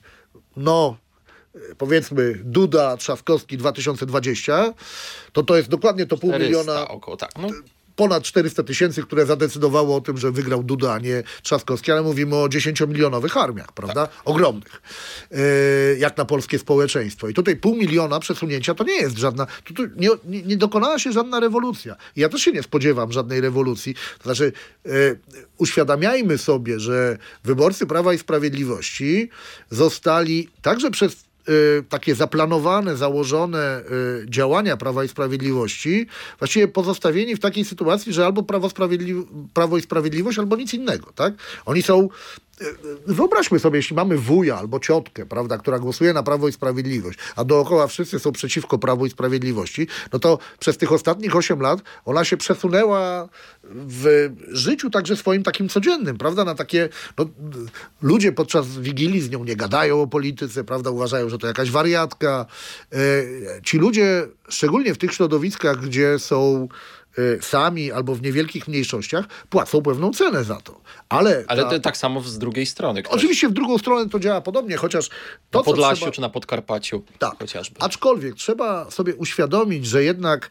no powiedzmy Duda, Trzaskowski dwa tysiące dwudziesty, to to jest dokładnie to pół czterysta miliona, około, tak. No. ponad czterysta tysięcy, które zadecydowało o tym, że wygrał Duda, a nie Trzaskowski, ale mówimy o dziesięciomilionowych armiach, prawda? Tak. Ogromnych. Yy, jak na polskie społeczeństwo. I tutaj pół miliona przesunięcia to nie jest żadna, tu, tu nie, nie, nie dokonała się żadna rewolucja. I ja też się nie spodziewam żadnej rewolucji. To znaczy, yy, uświadamiajmy sobie, że wyborcy Prawa i Sprawiedliwości zostali także przez Y, takie zaplanowane, założone y, działania Prawa i Sprawiedliwości właściwie pozostawieni w takiej sytuacji, że albo Prawo, Sprawiedli- Prawo i Sprawiedliwość, albo nic innego, tak? Oni są, y, y, wyobraźmy sobie, jeśli mamy wuja albo ciotkę, prawda, która głosuje na Prawo i Sprawiedliwość, a dookoła wszyscy są przeciwko Prawu i Sprawiedliwości, no to przez tych ostatnich osiem lat ona się przesunęła w życiu także swoim takim codziennym, prawda, na takie, no, ludzie podczas Wigilii z nią nie gadają o polityce, prawda, uważają, że to jakaś wariatka. E, ci ludzie, szczególnie w tych środowiskach, gdzie są y, sami albo w niewielkich mniejszościach, płacą pewną cenę za to. Ale, Ale ta... to tak samo z drugiej strony. Ktoś... Oczywiście w drugą stronę to działa podobnie, chociaż to, Na Podlasiu trzeba... czy na Podkarpaciu tak. chociażby. Aczkolwiek trzeba sobie uświadomić, że jednak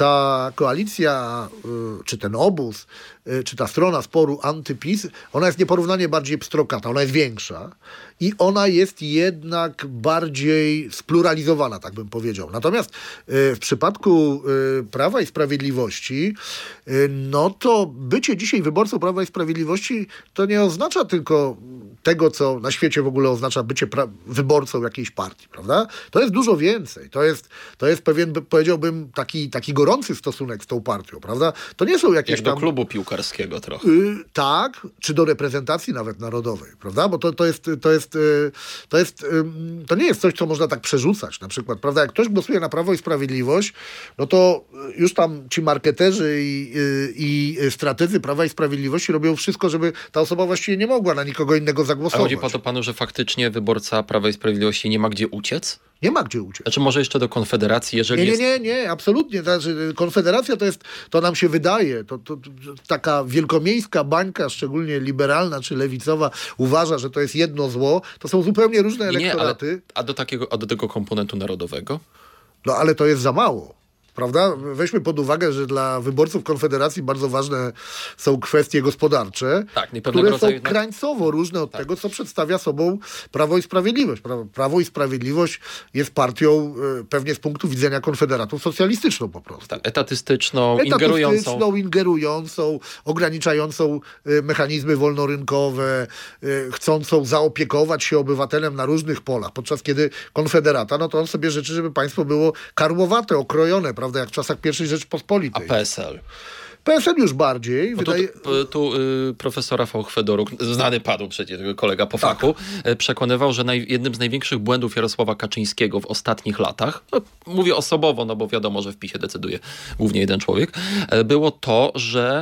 ta koalicja, y, czy ten obóz, y, czy ta strona sporu antyPiS, ona jest nieporównanie bardziej pstrokata, ona jest większa i ona jest jednak bardziej spluralizowana, tak bym powiedział. Natomiast y, w przypadku y, Prawa i Sprawiedliwości, y, no to bycie dzisiaj wyborcą Prawa i Sprawiedliwości to nie oznacza tylko tego, co na świecie w ogóle oznacza bycie pra- wyborcą jakiejś partii, prawda? To jest dużo więcej. To jest, to jest pewien, powiedziałbym, taki, taki gorący stosunek z tą partią, prawda? To nie są jakieś Jak do tam... klubu piłkarskiego trochę. Y, tak, czy do reprezentacji nawet narodowej, prawda? Bo to, to jest, to jest, y, to jest, y, to nie jest coś, co można tak przerzucać na przykład, prawda? Jak ktoś głosuje na Prawo i Sprawiedliwość, no to już tam ci marketerzy i, y, i strategzy Prawa i Sprawiedliwości robią wszystko, żeby ta osoba właściwie nie mogła na nikogo innego A zagłosować. chodzi po to panu, że faktycznie wyborca Prawa i Sprawiedliwości nie ma gdzie uciec? Nie ma gdzie uciec. Znaczy może jeszcze do Konfederacji, jeżeli Nie, nie, jest... nie, nie, absolutnie. Znaczy, Konfederacja to jest, to nam się wydaje, to, to, to taka wielkomiejska bańka, szczególnie liberalna czy lewicowa, uważa, że to jest jedno zło. To są zupełnie różne Nie, nie, ale, elektoraty. a do takiego, a do tego komponentu narodowego? No ale to jest za mało. Prawda? Weźmy pod uwagę, że dla wyborców Konfederacji bardzo ważne są kwestie gospodarcze, Tak, pewnego które są rodzaju jednak- krańcowo różne od tego, co przedstawia sobą Prawo i Sprawiedliwość. Pra- Prawo i Sprawiedliwość jest partią e, pewnie z punktu widzenia konfederatów socjalistyczną po prostu. Tak, etatystyczną, ingerującą. Etatystyczną, ingerującą, ograniczającą e, mechanizmy wolnorynkowe, e, chcącą zaopiekować się obywatelem na różnych polach, podczas kiedy Konfederata, no to on sobie życzy, żeby państwo było karłowate, okrojone, prawda, jak w czasach pierwszej A Rzeczypospolitej. P S L? P S L już bardziej. No tu, wydaje... tu, tu y, profesor Rafał Chwedoruk, znany panu przecież, kolega po fachu, y, przekonywał, że naj, jednym z największych błędów Jarosława Kaczyńskiego w ostatnich latach, no, mówię osobowo, no bo wiadomo, że w PiSie decyduje głównie jeden człowiek, y, było to, że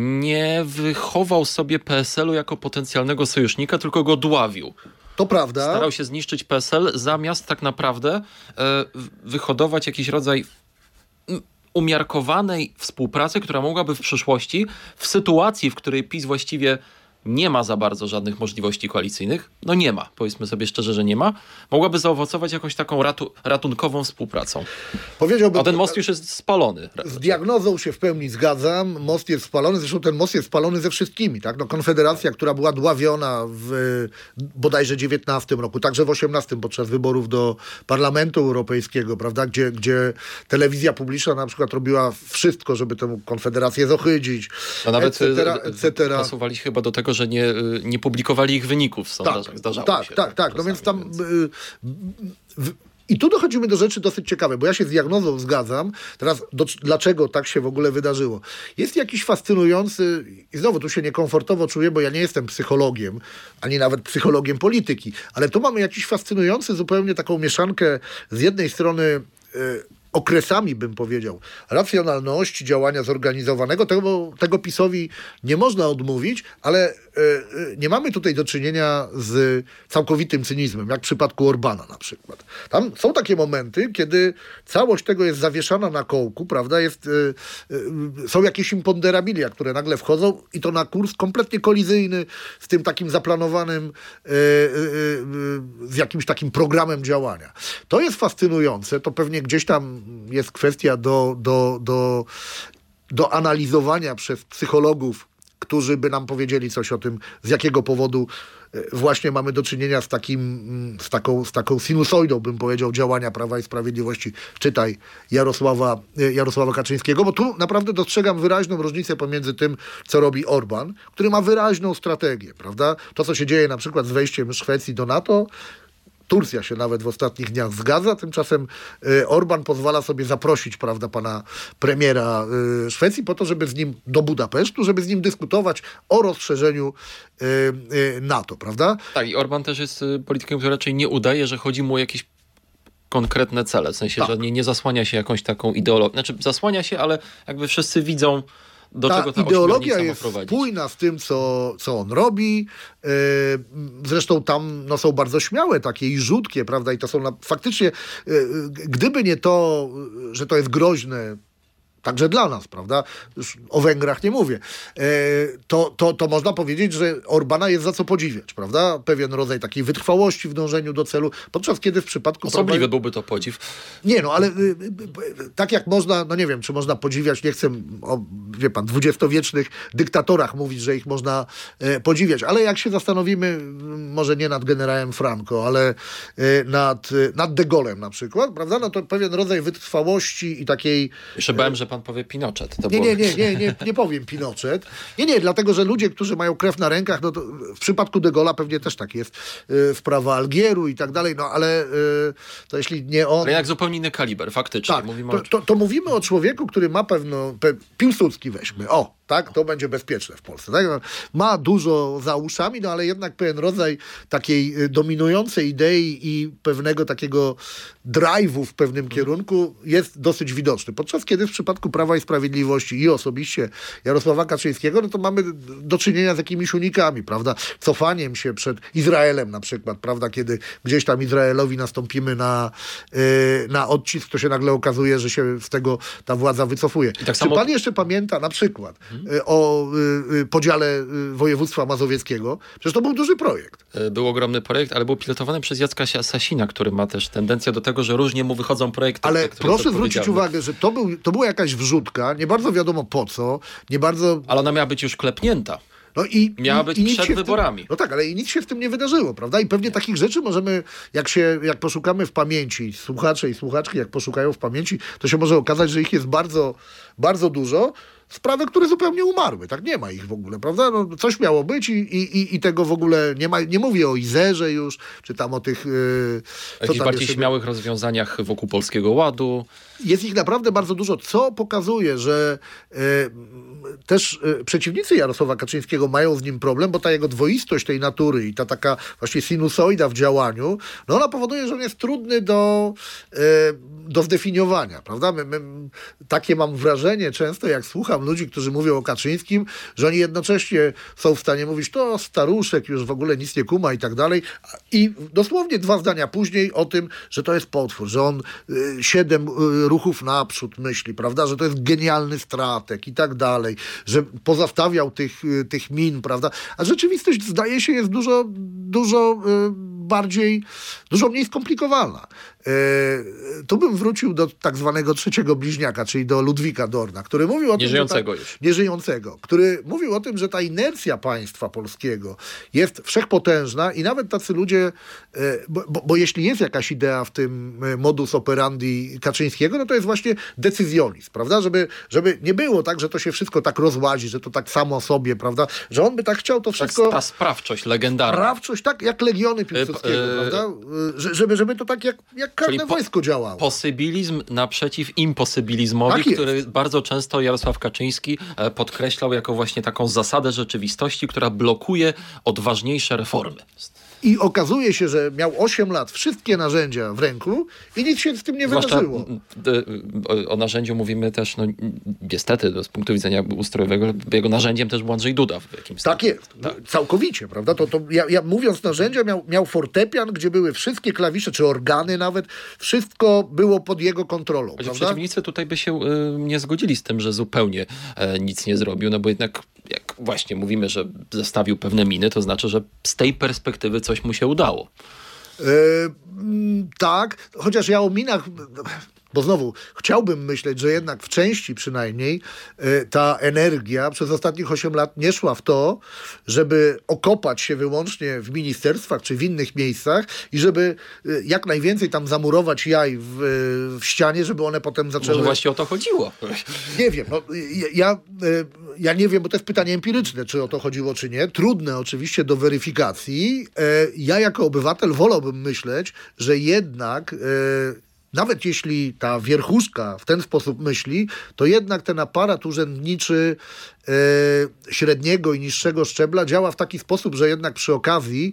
nie wychował sobie P S L-u jako potencjalnego sojusznika, tylko go dławił. To prawda. Starał się zniszczyć P S L, zamiast tak naprawdę y, wyhodować jakiś rodzaj umiarkowanej współpracy, która mogłaby w przyszłości, w sytuacji, w której PiS właściwie nie ma za bardzo żadnych możliwości koalicyjnych, no nie ma, powiedzmy sobie szczerze, że nie ma, mogłaby zaowocować jakąś taką ratu, ratunkową współpracą. Powiedziałbym, A ten most już jest spalony. z diagnozą się w pełni zgadzam. Most jest spalony, zresztą ten most jest spalony ze wszystkimi. Tak? No, Konfederacja, która była dławiona w bodajże dziewiętnastym roku, także w osiemnastym podczas wyborów do Parlamentu Europejskiego, prawda? Gdzie, gdzie telewizja publiczna na przykład robiła wszystko, żeby tę Konfederację zohydzić, No nawet et cetera, et cetera. pasowali chyba do tego, że nie, nie publikowali ich wyników w sondażach. Tak, Zdarzało tak, się. tak, tak. No więc tam... Więc... y, w, I tu dochodzimy do rzeczy dosyć ciekawej, bo ja się z diagnozą zgadzam. Teraz do, dlaczego tak się w ogóle wydarzyło? Jest jakiś fascynujący, i znowu tu się niekomfortowo czuję, bo ja nie jestem psychologiem, ani nawet psychologiem polityki, ale tu mamy jakiś fascynujący zupełnie taką mieszankę z jednej strony y, okresami, bym powiedział, racjonalności działania zorganizowanego. Tego, tego PiS-owi nie można odmówić, ale y, y, nie mamy tutaj do czynienia z całkowitym cynizmem, jak w przypadku Orbana na przykład. Tam są takie momenty, kiedy całość tego jest zawieszana na kołku, prawda, jest, y, y, są jakieś imponderabilia, które nagle wchodzą i to na kurs kompletnie kolizyjny z tym takim zaplanowanym, y, y, y, z jakimś takim programem działania. To jest fascynujące, to pewnie gdzieś tam jest kwestia do, do, do, do analizowania przez psychologów, którzy by nam powiedzieli coś o tym, z jakiego powodu właśnie mamy do czynienia z, takim, z, taką, z taką sinusoidą, bym powiedział, działania Prawa i Sprawiedliwości. Czytaj Jarosława, Jarosława Kaczyńskiego, bo tu naprawdę dostrzegam wyraźną różnicę pomiędzy tym, co robi Orban, który ma wyraźną strategię, prawda? To, co się dzieje na przykład z wejściem Szwecji do NATO, Turcja się nawet w ostatnich dniach zgadza, tymczasem y, Orban pozwala sobie zaprosić, prawda, pana premiera y, Szwecji po to, żeby z nim do Budapesztu, żeby z nim dyskutować o rozszerzeniu y, y, NATO, prawda? Tak, i Orban też jest y, politykiem, który raczej nie udaje, że chodzi mu o jakieś konkretne cele, w sensie, tak. że nie, nie zasłania się jakąś taką ideologią. Znaczy zasłania się, ale jakby wszyscy widzą, do ta czego ta ideologia ma jest prowadzić. spójna z tym, co, co on robi. Yy, zresztą tam no, są bardzo śmiałe takie i rzutkie, prawda? I to są na, faktycznie, yy, gdyby nie to, że to jest groźne także dla nas, prawda? Już o Węgrach nie mówię. E, to, to, to można powiedzieć, że Orbana jest za co podziwiać, prawda? Pewien rodzaj takiej wytrwałości w dążeniu do celu, podczas kiedy w przypadku... Osobliwy Prawa... byłby to podziw. Nie, no ale y, y, tak jak można, no nie wiem, czy można podziwiać, nie chcę o, wie pan, dwudziestowiecznych dyktatorach mówić, że ich można e, podziwiać, ale jak się zastanowimy, może nie nad generałem Franco, ale e, nad, nad de Gaulle'em na przykład, prawda? No to pewien rodzaj wytrwałości i takiej... Jeszcze bałem, że pan powie Pinochet. To Nie, było... nie, nie, nie, nie, nie powiem Pinochet. Nie, nie, dlatego, że ludzie, którzy mają krew na rękach, no to w przypadku de Gaulle'a pewnie też tak jest, y, sprawa Algieru i tak dalej, no ale y, to jeśli nie on... Ale jak zupełnie inny kaliber, faktycznie. Tak, mówimy to, o... to, to mówimy o człowieku, który ma pewno... Pe, Piłsudski weźmy, o, tak, to będzie bezpieczne w Polsce. Tak? Ma dużo za uszami, no ale jednak pewien rodzaj takiej dominującej idei i pewnego takiego drive'u w pewnym kierunku jest dosyć widoczny. Podczas kiedy w przypadku Prawa i Sprawiedliwości i osobiście Jarosława Kaczyńskiego, no to mamy do czynienia z jakimiś unikami, prawda? Cofaniem się przed Izraelem na przykład, prawda? Kiedy gdzieś tam Izraelowi nastąpimy na, yy, na odcisk, to się nagle okazuje, że się z tego ta władza wycofuje. tak Czy samo... pan jeszcze pamięta na przykład hmm. o y, podziale y, województwa mazowieckiego? Przecież to był duży projekt. Był ogromny projekt, ale był pilotowany przez Jacka Sasina, który ma też tendencję do tego, że różnie mu wychodzą projekty. Ale proszę zwrócić uwagę, że to, był, to była jakaś wrzutka, nie bardzo wiadomo po co, nie bardzo... Ale ona miała być już klepnięta. No i, Miała i, być i nic przed się w wyborami. Tym, no tak, ale i nic się w tym nie wydarzyło, prawda? I pewnie takich rzeczy możemy, jak się, jak poszukamy w pamięci, słuchacze i słuchaczki, jak poszukają w pamięci, to się może okazać, że ich jest bardzo, bardzo dużo. Sprawy, które zupełnie umarły, tak? Nie ma ich w ogóle, prawda? No, coś miało być i, i, i tego w ogóle nie ma. Nie mówię o Izerze już, czy tam o tych... Yy, o jakichś bardziej jeszcze... śmiałych rozwiązaniach wokół Polskiego Ładu. Jest ich naprawdę bardzo dużo, co pokazuje, że e, też e, przeciwnicy Jarosława Kaczyńskiego mają z nim problem, bo ta jego dwoistość tej natury i ta taka właśnie sinusoida w działaniu, no ona powoduje, że on jest trudny do, e, do zdefiniowania, prawda? My, my, takie mam wrażenie często, jak słucham ludzi, którzy mówią o Kaczyńskim, że oni jednocześnie są w stanie mówić, to staruszek już w ogóle nic nie kuma i tak dalej, i dosłownie dwa zdania później o tym, że to jest potwór, że on y, siedem y, ruchów naprzód myśli, prawda, że to jest genialny strateg i tak dalej, że pozastawiał tych, y, tych min, prawda, a rzeczywistość zdaje się jest dużo, dużo y, bardziej, dużo mniej skomplikowana. Y, tu bym wrócił do tak zwanego trzeciego bliźniaka, czyli do Ludwika Dorna, który mówił o tym, Nieżyjącego że ta, już. Nieżyjącego, który mówił o tym, że ta inercja państwa polskiego jest wszechpotężna i nawet tacy ludzie, bo, bo, bo jeśli jest jakaś idea w tym modus operandi Kaczyńskiego, no to jest właśnie decyzjonizm, prawda? Żeby, żeby nie było tak, że to się wszystko tak rozłazi, że to tak samo sobie, prawda? Że on by tak chciał to wszystko... Tak, ta sprawczość legendarna. Sprawczość, tak jak Legiony Piłsudskiego, yy, prawda? Że, żeby, żeby to tak jak, jak karne po, wojsko działało. Posybilizm naprzeciw imposybilizmowi, Tak który bardzo często Jarosław Kaczyński podkreślał jako właśnie taką zasadę rzeczywistości, która blokuje odważniejsze reformy. I okazuje się, że miał osiem lat, wszystkie narzędzia w ręku i nic się z tym nie Zwłaszcza wydarzyło. O, o narzędziu mówimy też, no niestety, z punktu widzenia ustrojowego, jego narzędziem też był Andrzej Duda w jakimś Tak stopniu. jest, tak. Całkowicie, prawda? To, to ja, ja mówiąc narzędzia, miał, miał fortepian, gdzie były wszystkie klawisze, czy organy nawet, wszystko było pod jego kontrolą, Choć prawda? przeciwnicy tutaj by się y, nie zgodzili z tym, że zupełnie e, nic nie zrobił, no bo jednak jak właśnie mówimy, że zestawił pewne miny, to znaczy, że z tej perspektywy coś mu się udało. Yy, tak, chociaż ja o minach... Bo znowu, chciałbym myśleć, że jednak w części przynajmniej y, ta energia przez ostatnich osiem lat nie szła w to, żeby okopać się wyłącznie w ministerstwach czy w innych miejscach i żeby y, jak najwięcej tam zamurować jaj w, w ścianie, żeby one potem zaczęły... Może właśnie o to chodziło. Nie wiem, no, ja, y, ja nie wiem, bo to jest pytanie empiryczne, czy o to chodziło, czy nie. Trudne oczywiście do weryfikacji. Y, ja jako obywatel wolałbym myśleć, że jednak... Y, Nawet jeśli ta wierchuszka w ten sposób myśli, to jednak ten aparat urzędniczy e, średniego i niższego szczebla działa w taki sposób, że jednak przy okazji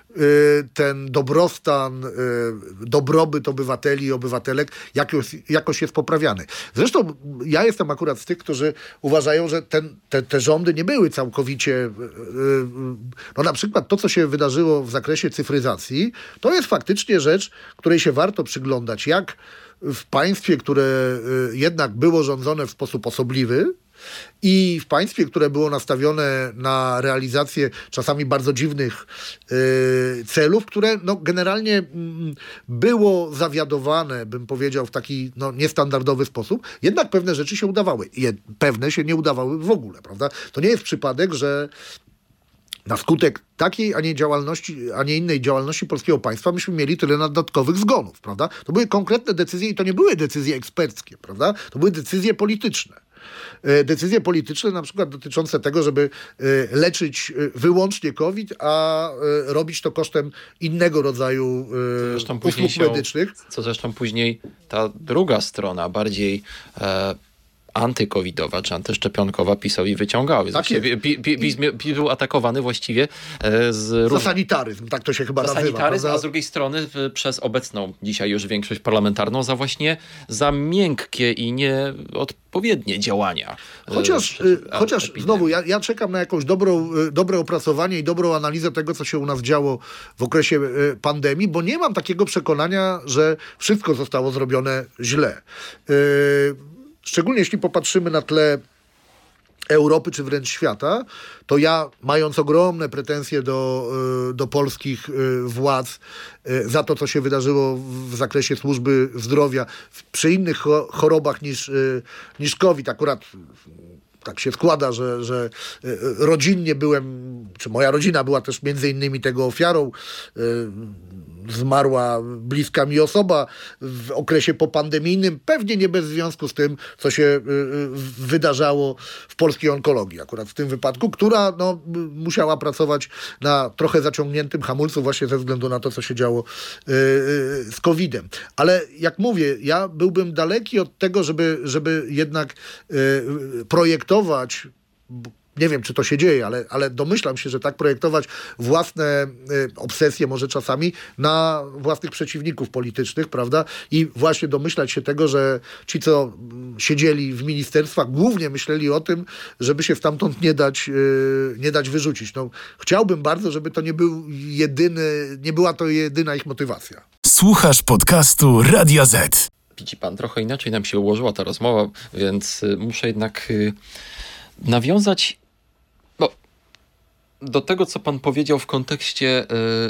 ten dobrostan, dobrobyt obywateli i obywatelek jakoś, jakoś jest poprawiany. Zresztą ja jestem akurat z tych, którzy uważają, że ten, te, te rządy nie były całkowicie... No na przykład to, co się wydarzyło w zakresie cyfryzacji, to jest faktycznie rzecz, której się warto przyglądać. Jak w państwie, które jednak było rządzone w sposób osobliwy, i w państwie, które było nastawione na realizację czasami bardzo dziwnych y, celów, które no, generalnie mm, było zawiadowane, bym powiedział, w taki no, niestandardowy sposób, jednak pewne rzeczy się udawały. Je, pewne się nie udawały w ogóle, prawda? To nie jest przypadek, że na skutek takiej, a nie działalności, a nie innej działalności polskiego państwa myśmy mieli tyle dodatkowych zgonów, prawda? To były konkretne decyzje i to nie były decyzje eksperckie, prawda? To były decyzje polityczne. Decyzje polityczne na przykład dotyczące tego, żeby leczyć wyłącznie COVID, a robić to kosztem innego rodzaju usług się, medycznych. Co zresztą później ta druga strona, bardziej e, antykowidowa czy antyszczepionkowa PiS-owi wyciągały. Tak PiS, PiS był atakowany właściwie e, z... Za sanitaryzm, tak to się chyba za nazywa. sanitaryzm, prawda? a z drugiej strony w, przez obecną dzisiaj już większość parlamentarną za właśnie za miękkie i nieodpowiednie działania. Chociaż, e, chociaż epidemii. znowu, ja, ja czekam na jakąś dobrą, dobre opracowanie i dobrą analizę tego, co się u nas działo w okresie pandemii, bo nie mam takiego przekonania, że wszystko zostało zrobione źle. Yy, Szczególnie jeśli popatrzymy na tle Europy czy wręcz świata, to ja, mając ogromne pretensje do, do polskich władz za to, co się wydarzyło w zakresie służby zdrowia przy innych chorobach niż, niż COVID, akurat tak się składa, że, że rodzinnie byłem, czy moja rodzina była też między innymi tego ofiarą, zmarła bliska mi osoba w okresie popandemijnym, pewnie nie bez związku z tym, co się y, wydarzało w polskiej onkologii, akurat w tym wypadku, która no, musiała pracować na trochę zaciągniętym hamulcu właśnie ze względu na to, co się działo y, y, z kowidem. Ale jak mówię, ja byłbym daleki od tego, żeby, żeby jednak y, projektować, nie wiem, czy to się dzieje, ale, ale domyślam się, że tak projektować własne y, obsesje może czasami na własnych przeciwników politycznych, prawda? I właśnie domyślać się tego, że ci, co siedzieli w ministerstwach, głównie myśleli o tym, żeby się stamtąd nie dać, y, nie dać wyrzucić. No, chciałbym bardzo, żeby to nie był jedyny, nie była to jedyna ich motywacja. Słuchasz podcastu Radia Z. Widzi pan, trochę inaczej nam się ułożyła ta rozmowa, więc y, muszę jednak y, nawiązać no, do tego, co pan powiedział w kontekście y,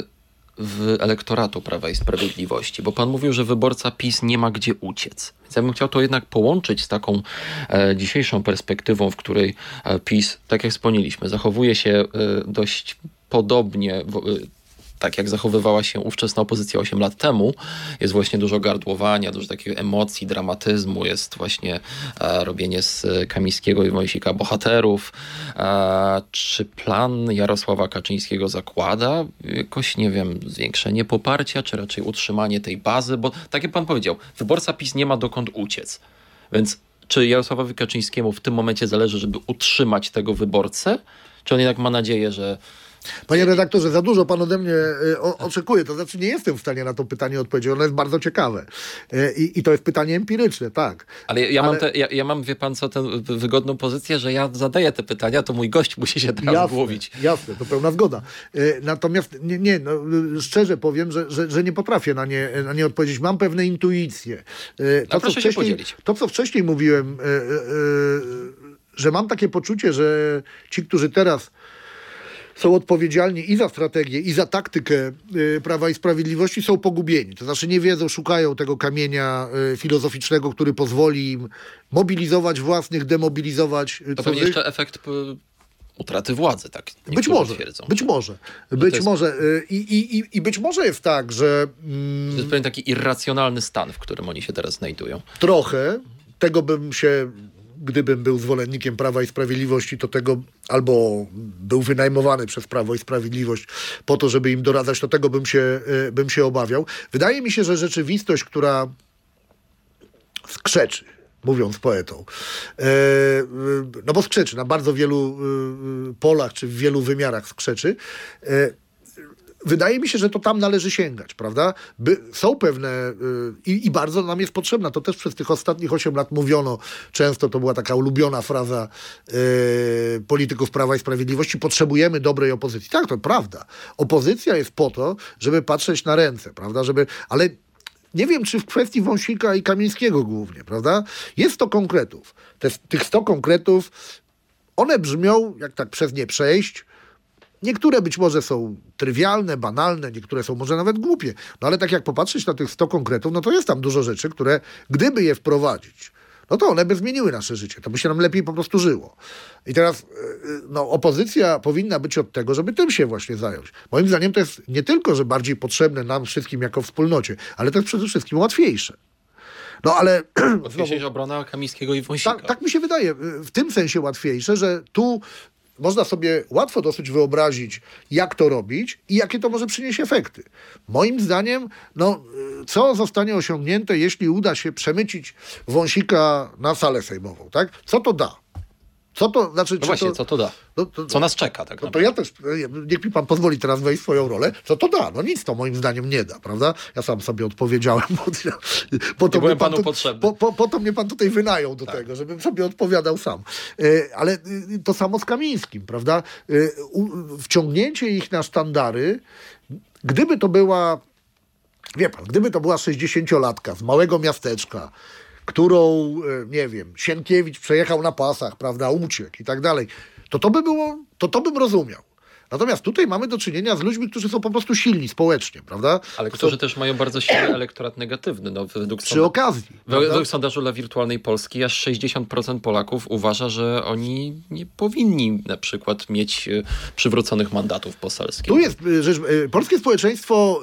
w elektoratu Prawa i Sprawiedliwości, bo pan mówił, że wyborca PiS nie ma gdzie uciec. Więc ja bym chciał to jednak połączyć z taką e, dzisiejszą perspektywą, w której e, PiS, tak jak wspomnieliśmy, zachowuje się e, dość podobnie w, e, tak jak zachowywała się ówczesna opozycja osiem lat temu. Jest właśnie dużo gardłowania, dużo takich emocji, dramatyzmu, jest właśnie e, robienie z Kamińskiego i Wąsika bohaterów. E, czy plan Jarosława Kaczyńskiego zakłada jakoś, nie wiem, zwiększenie poparcia, czy raczej utrzymanie tej bazy? Bo tak jak pan powiedział, wyborca PiS nie ma dokąd uciec. Więc czy Jarosławowi Kaczyńskiemu w tym momencie zależy, żeby utrzymać tego wyborcę? Czy on jednak ma nadzieję, że Panie redaktorze, za dużo pan ode mnie y, o, oczekuje. To znaczy nie jestem w stanie na to pytanie odpowiedzieć. Ono jest bardzo ciekawe. Y, I to jest pytanie empiryczne, tak. Ale ja, Ale... Mam te, ja, ja mam, wie pan co, tę wygodną pozycję, że ja zadaję te pytania, to mój gość musi się teraz jasne, głowić. Jasne, to pełna zgoda. Y, natomiast nie, nie no, szczerze powiem, że, że, że nie potrafię na nie, na nie odpowiedzieć. Mam pewne intuicje. Y, to, A proszę się podzielić. To, co wcześniej mówiłem, y, y, y, że mam takie poczucie, że ci, którzy teraz są odpowiedzialni i za strategię, i za taktykę y, Prawa i Sprawiedliwości, są pogubieni. To znaczy nie wiedzą, szukają tego kamienia y, filozoficznego, który pozwoli im mobilizować własnych, demobilizować y, To cudzych. pewnie jeszcze efekt p- utraty władzy, tak Być może, twierdzą. być może, być jest- może. Y, I, i, i, I być może jest tak, że mm, To jest pewien taki irracjonalny stan, w którym oni się teraz znajdują. trochę tego bym się... Gdybym był zwolennikiem Prawa i Sprawiedliwości, to tego albo był wynajmowany przez Prawo i Sprawiedliwość po to, żeby im doradzać, to tego bym się, y, bym się obawiał. Wydaje mi się, że rzeczywistość, która skrzeczy, mówiąc poetą, y, y, no bo skrzeczy na bardzo wielu y, polach, czy w wielu wymiarach skrzeczy, y, wydaje mi się, że to tam należy sięgać, prawda? By, są pewne yy, i bardzo nam jest potrzebna, to też przez tych ostatnich osiem lat mówiono często, to była taka ulubiona fraza yy, polityków Prawa i Sprawiedliwości, potrzebujemy dobrej opozycji. Tak, to prawda. Opozycja jest po to, żeby patrzeć na ręce, prawda? Żeby, ale nie wiem, czy w kwestii Wąsika i Kamińskiego głównie, prawda? Jest sto konkretów. Te, tych sto konkretów, one brzmią, jak tak przez nie przejść. Niektóre być może są trywialne, banalne, niektóre są może nawet głupie. No ale tak jak popatrzeć na tych sto konkretów, no to jest tam dużo rzeczy, które gdyby je wprowadzić, no to one by zmieniły nasze życie. To by się nam lepiej po prostu żyło. I teraz no, opozycja powinna być od tego, żeby tym się właśnie zająć. Moim zdaniem to jest nie tylko, że bardziej potrzebne nam wszystkim jako wspólnocie, ale to jest przede wszystkim łatwiejsze. No ale... Łatwiejsza niż obrona Kamińskiego i Wąsika. Tak, tak mi się wydaje. W tym sensie łatwiejsze, że tu można sobie łatwo dosyć wyobrazić, jak to robić i jakie to może przynieść efekty. Moim zdaniem, no, co zostanie osiągnięte, jeśli uda się przemycić Wąsika na salę sejmową, tak? Co to da? Co to, znaczy, no właśnie, to, co to da? No, to, co nas czeka tak no naprawdę? to ja też, niech mi pan pozwoli teraz wejść w swoją rolę. Co to da? No nic to moim zdaniem nie da, prawda? Ja sam sobie odpowiedziałem. Bo, po to byłem pan panu tu, potrzebny. Po, po, po to mnie pan tutaj wynajął do tak. tego, żebym sobie odpowiadał sam. E, ale to samo z Kamińskim, prawda? E, u, wciągnięcie ich na sztandary, gdyby to była, wie pan, gdyby to była sześćdziesięciolatka z małego miasteczka, którą, nie wiem, Sienkiewicz przejechał na pasach, prawda, uciekł i tak dalej, to to by było, to to bym rozumiał. Natomiast tutaj mamy do czynienia z ludźmi, którzy są po prostu silni społecznie, prawda? Ale którzy też mają bardzo silny elektorat negatywny. No, według Przy okazji. Według sondażu dla Wirtualnej Polski aż sześćdziesiąt procent Polaków uważa, że oni nie powinni na przykład mieć przywróconych mandatów poselskich. Tu jest rzecz, polskie społeczeństwo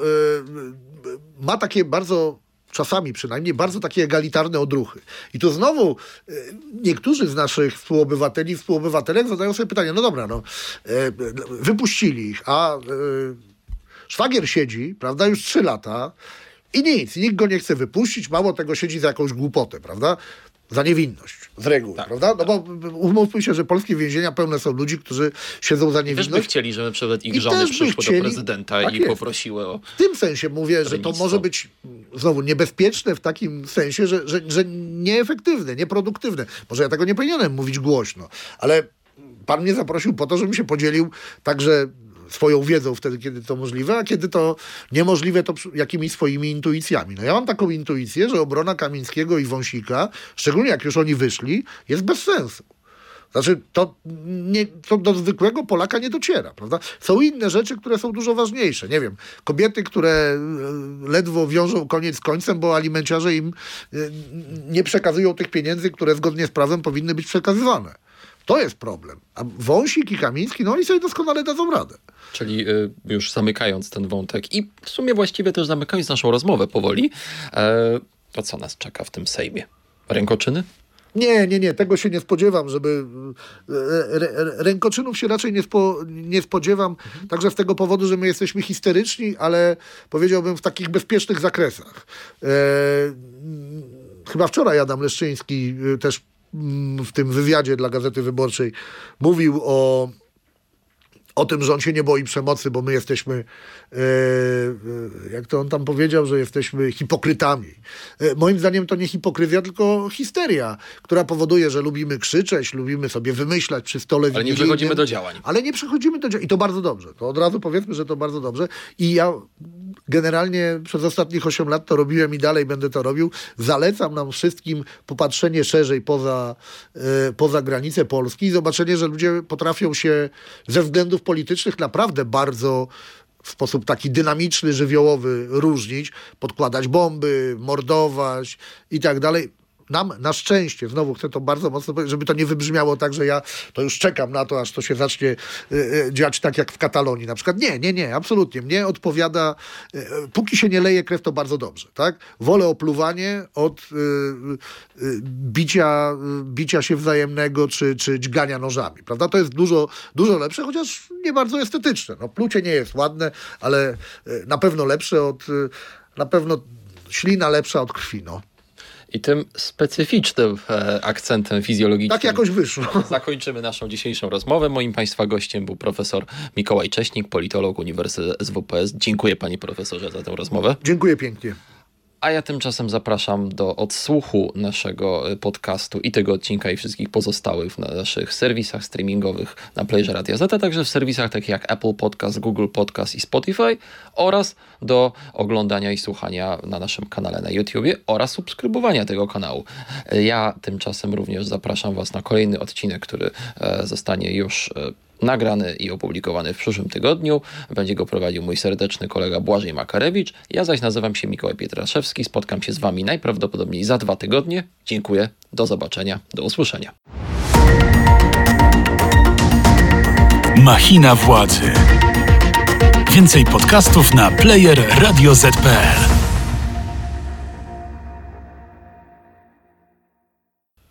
ma takie bardzo... czasami przynajmniej, bardzo takie egalitarne odruchy. I tu znowu e, niektórzy z naszych współobywateli i współobywatelek zadają sobie pytanie, no dobra, no, e, wypuścili ich, a e, szwagier siedzi, prawda, już trzy lata i nic, nikt go nie chce wypuścić, mało tego siedzi za jakąś głupotę, prawda, za niewinność, z reguły, tak, prawda? No tak. bo umówmy się, że polskie więzienia pełne są ludzi, którzy siedzą za niewinność. Też by chcieli, żeby przykład ich I żony też by przyszły chcieli, do prezydenta tak i jest. poprosiły o... W tym sensie mówię, że to lenistwo. może być znowu niebezpieczne w takim sensie, że, że, że nieefektywne, nieproduktywne. Może ja tego nie powinienem mówić głośno, ale pan mnie zaprosił po to, żebym się podzielił także swoją wiedzą wtedy, kiedy to możliwe, a kiedy to niemożliwe, to jakimiś swoimi intuicjami. No ja mam taką intuicję, że obrona Kamińskiego i Wąsika, szczególnie jak już oni wyszli, jest bez sensu. Znaczy, to, nie, to do zwykłego Polaka nie dociera, prawda? Są inne rzeczy, które są dużo ważniejsze. Nie wiem, kobiety, które ledwo wiążą koniec z końcem, bo alimenciarze im nie przekazują tych pieniędzy, które zgodnie z prawem powinny być przekazywane. To jest problem. A Wąsik i Kamiński, no oni sobie doskonale dadzą radę. Czyli y, już zamykając ten wątek i w sumie właściwie też zamykając naszą rozmowę powoli, e, to co nas czeka w tym Sejmie? Rękoczyny? Nie, nie, nie, tego się nie spodziewam, żeby... R- rękoczynów się raczej nie, spo, nie spodziewam, mhm. także z tego powodu, że my jesteśmy histeryczni, ale powiedziałbym w takich bezpiecznych zakresach. E, chyba wczoraj Adam Leszczyński też w tym wywiadzie dla Gazety Wyborczej mówił o o tym, że on się nie boi przemocy, bo my jesteśmy, e, jak to on tam powiedział, że jesteśmy hipokrytami. E, moim zdaniem to nie hipokryzja, tylko histeria, która powoduje, że lubimy krzyczeć, lubimy sobie wymyślać przy stole Ale nie wigilijnym, przechodzimy do działań. Ale nie przechodzimy do działań. I to bardzo dobrze. To od razu powiedzmy, że to bardzo dobrze. I ja generalnie przez ostatnich osiem lat to robiłem i dalej będę to robił. Zalecam nam wszystkim popatrzenie szerzej poza, e, poza granice Polski i zobaczenie, że ludzie potrafią się ze względów politycznych naprawdę bardzo w sposób taki dynamiczny, żywiołowy różnić, podkładać bomby, mordować i tak dalej. Nam na szczęście, znowu chcę to bardzo mocno powiedzieć, żeby to nie wybrzmiało tak, że ja to już czekam na to, aż to się zacznie y, y, dziać tak jak w Katalonii na przykład. Nie, nie, nie, absolutnie. Mnie odpowiada, y, póki się nie leje krew, to bardzo dobrze, tak? Wolę opluwanie od y, y, bicia, y, bicia się wzajemnego czy, czy dźgania nożami, prawda? To jest dużo, dużo lepsze, chociaż nie bardzo estetyczne. No, plucie nie jest ładne, ale y, na pewno lepsze od, y, na pewno ślina lepsza od krwi, no. I tym specyficznym e, akcentem fizjologicznym Tak jakoś wyszło. zakończymy naszą dzisiejszą rozmowę. Moim Państwa gościem był profesor Mikołaj Cześnik, politolog Uniwersytet S W P S. Dziękuję panie profesorze za tę rozmowę. Dziękuję pięknie. A ja tymczasem zapraszam do odsłuchu naszego podcastu i tego odcinka i wszystkich pozostałych na naszych serwisach streamingowych na Playerze Radia Z, a także w serwisach takich jak Apple Podcast, Google Podcast i Spotify oraz do oglądania i słuchania na naszym kanale na YouTubie oraz subskrybowania tego kanału. Ja tymczasem również zapraszam Was na kolejny odcinek, który zostanie już nagrany i opublikowany w przyszłym tygodniu. Będzie go prowadził mój serdeczny kolega Błażej Makarewicz. Ja zaś nazywam się Mikołaj Pietraszewski. Spotkam się z Wami najprawdopodobniej za dwa tygodnie. Dziękuję. Do zobaczenia. Do usłyszenia. Machina władzy. Więcej podcastów na player radio zet kropka pe el.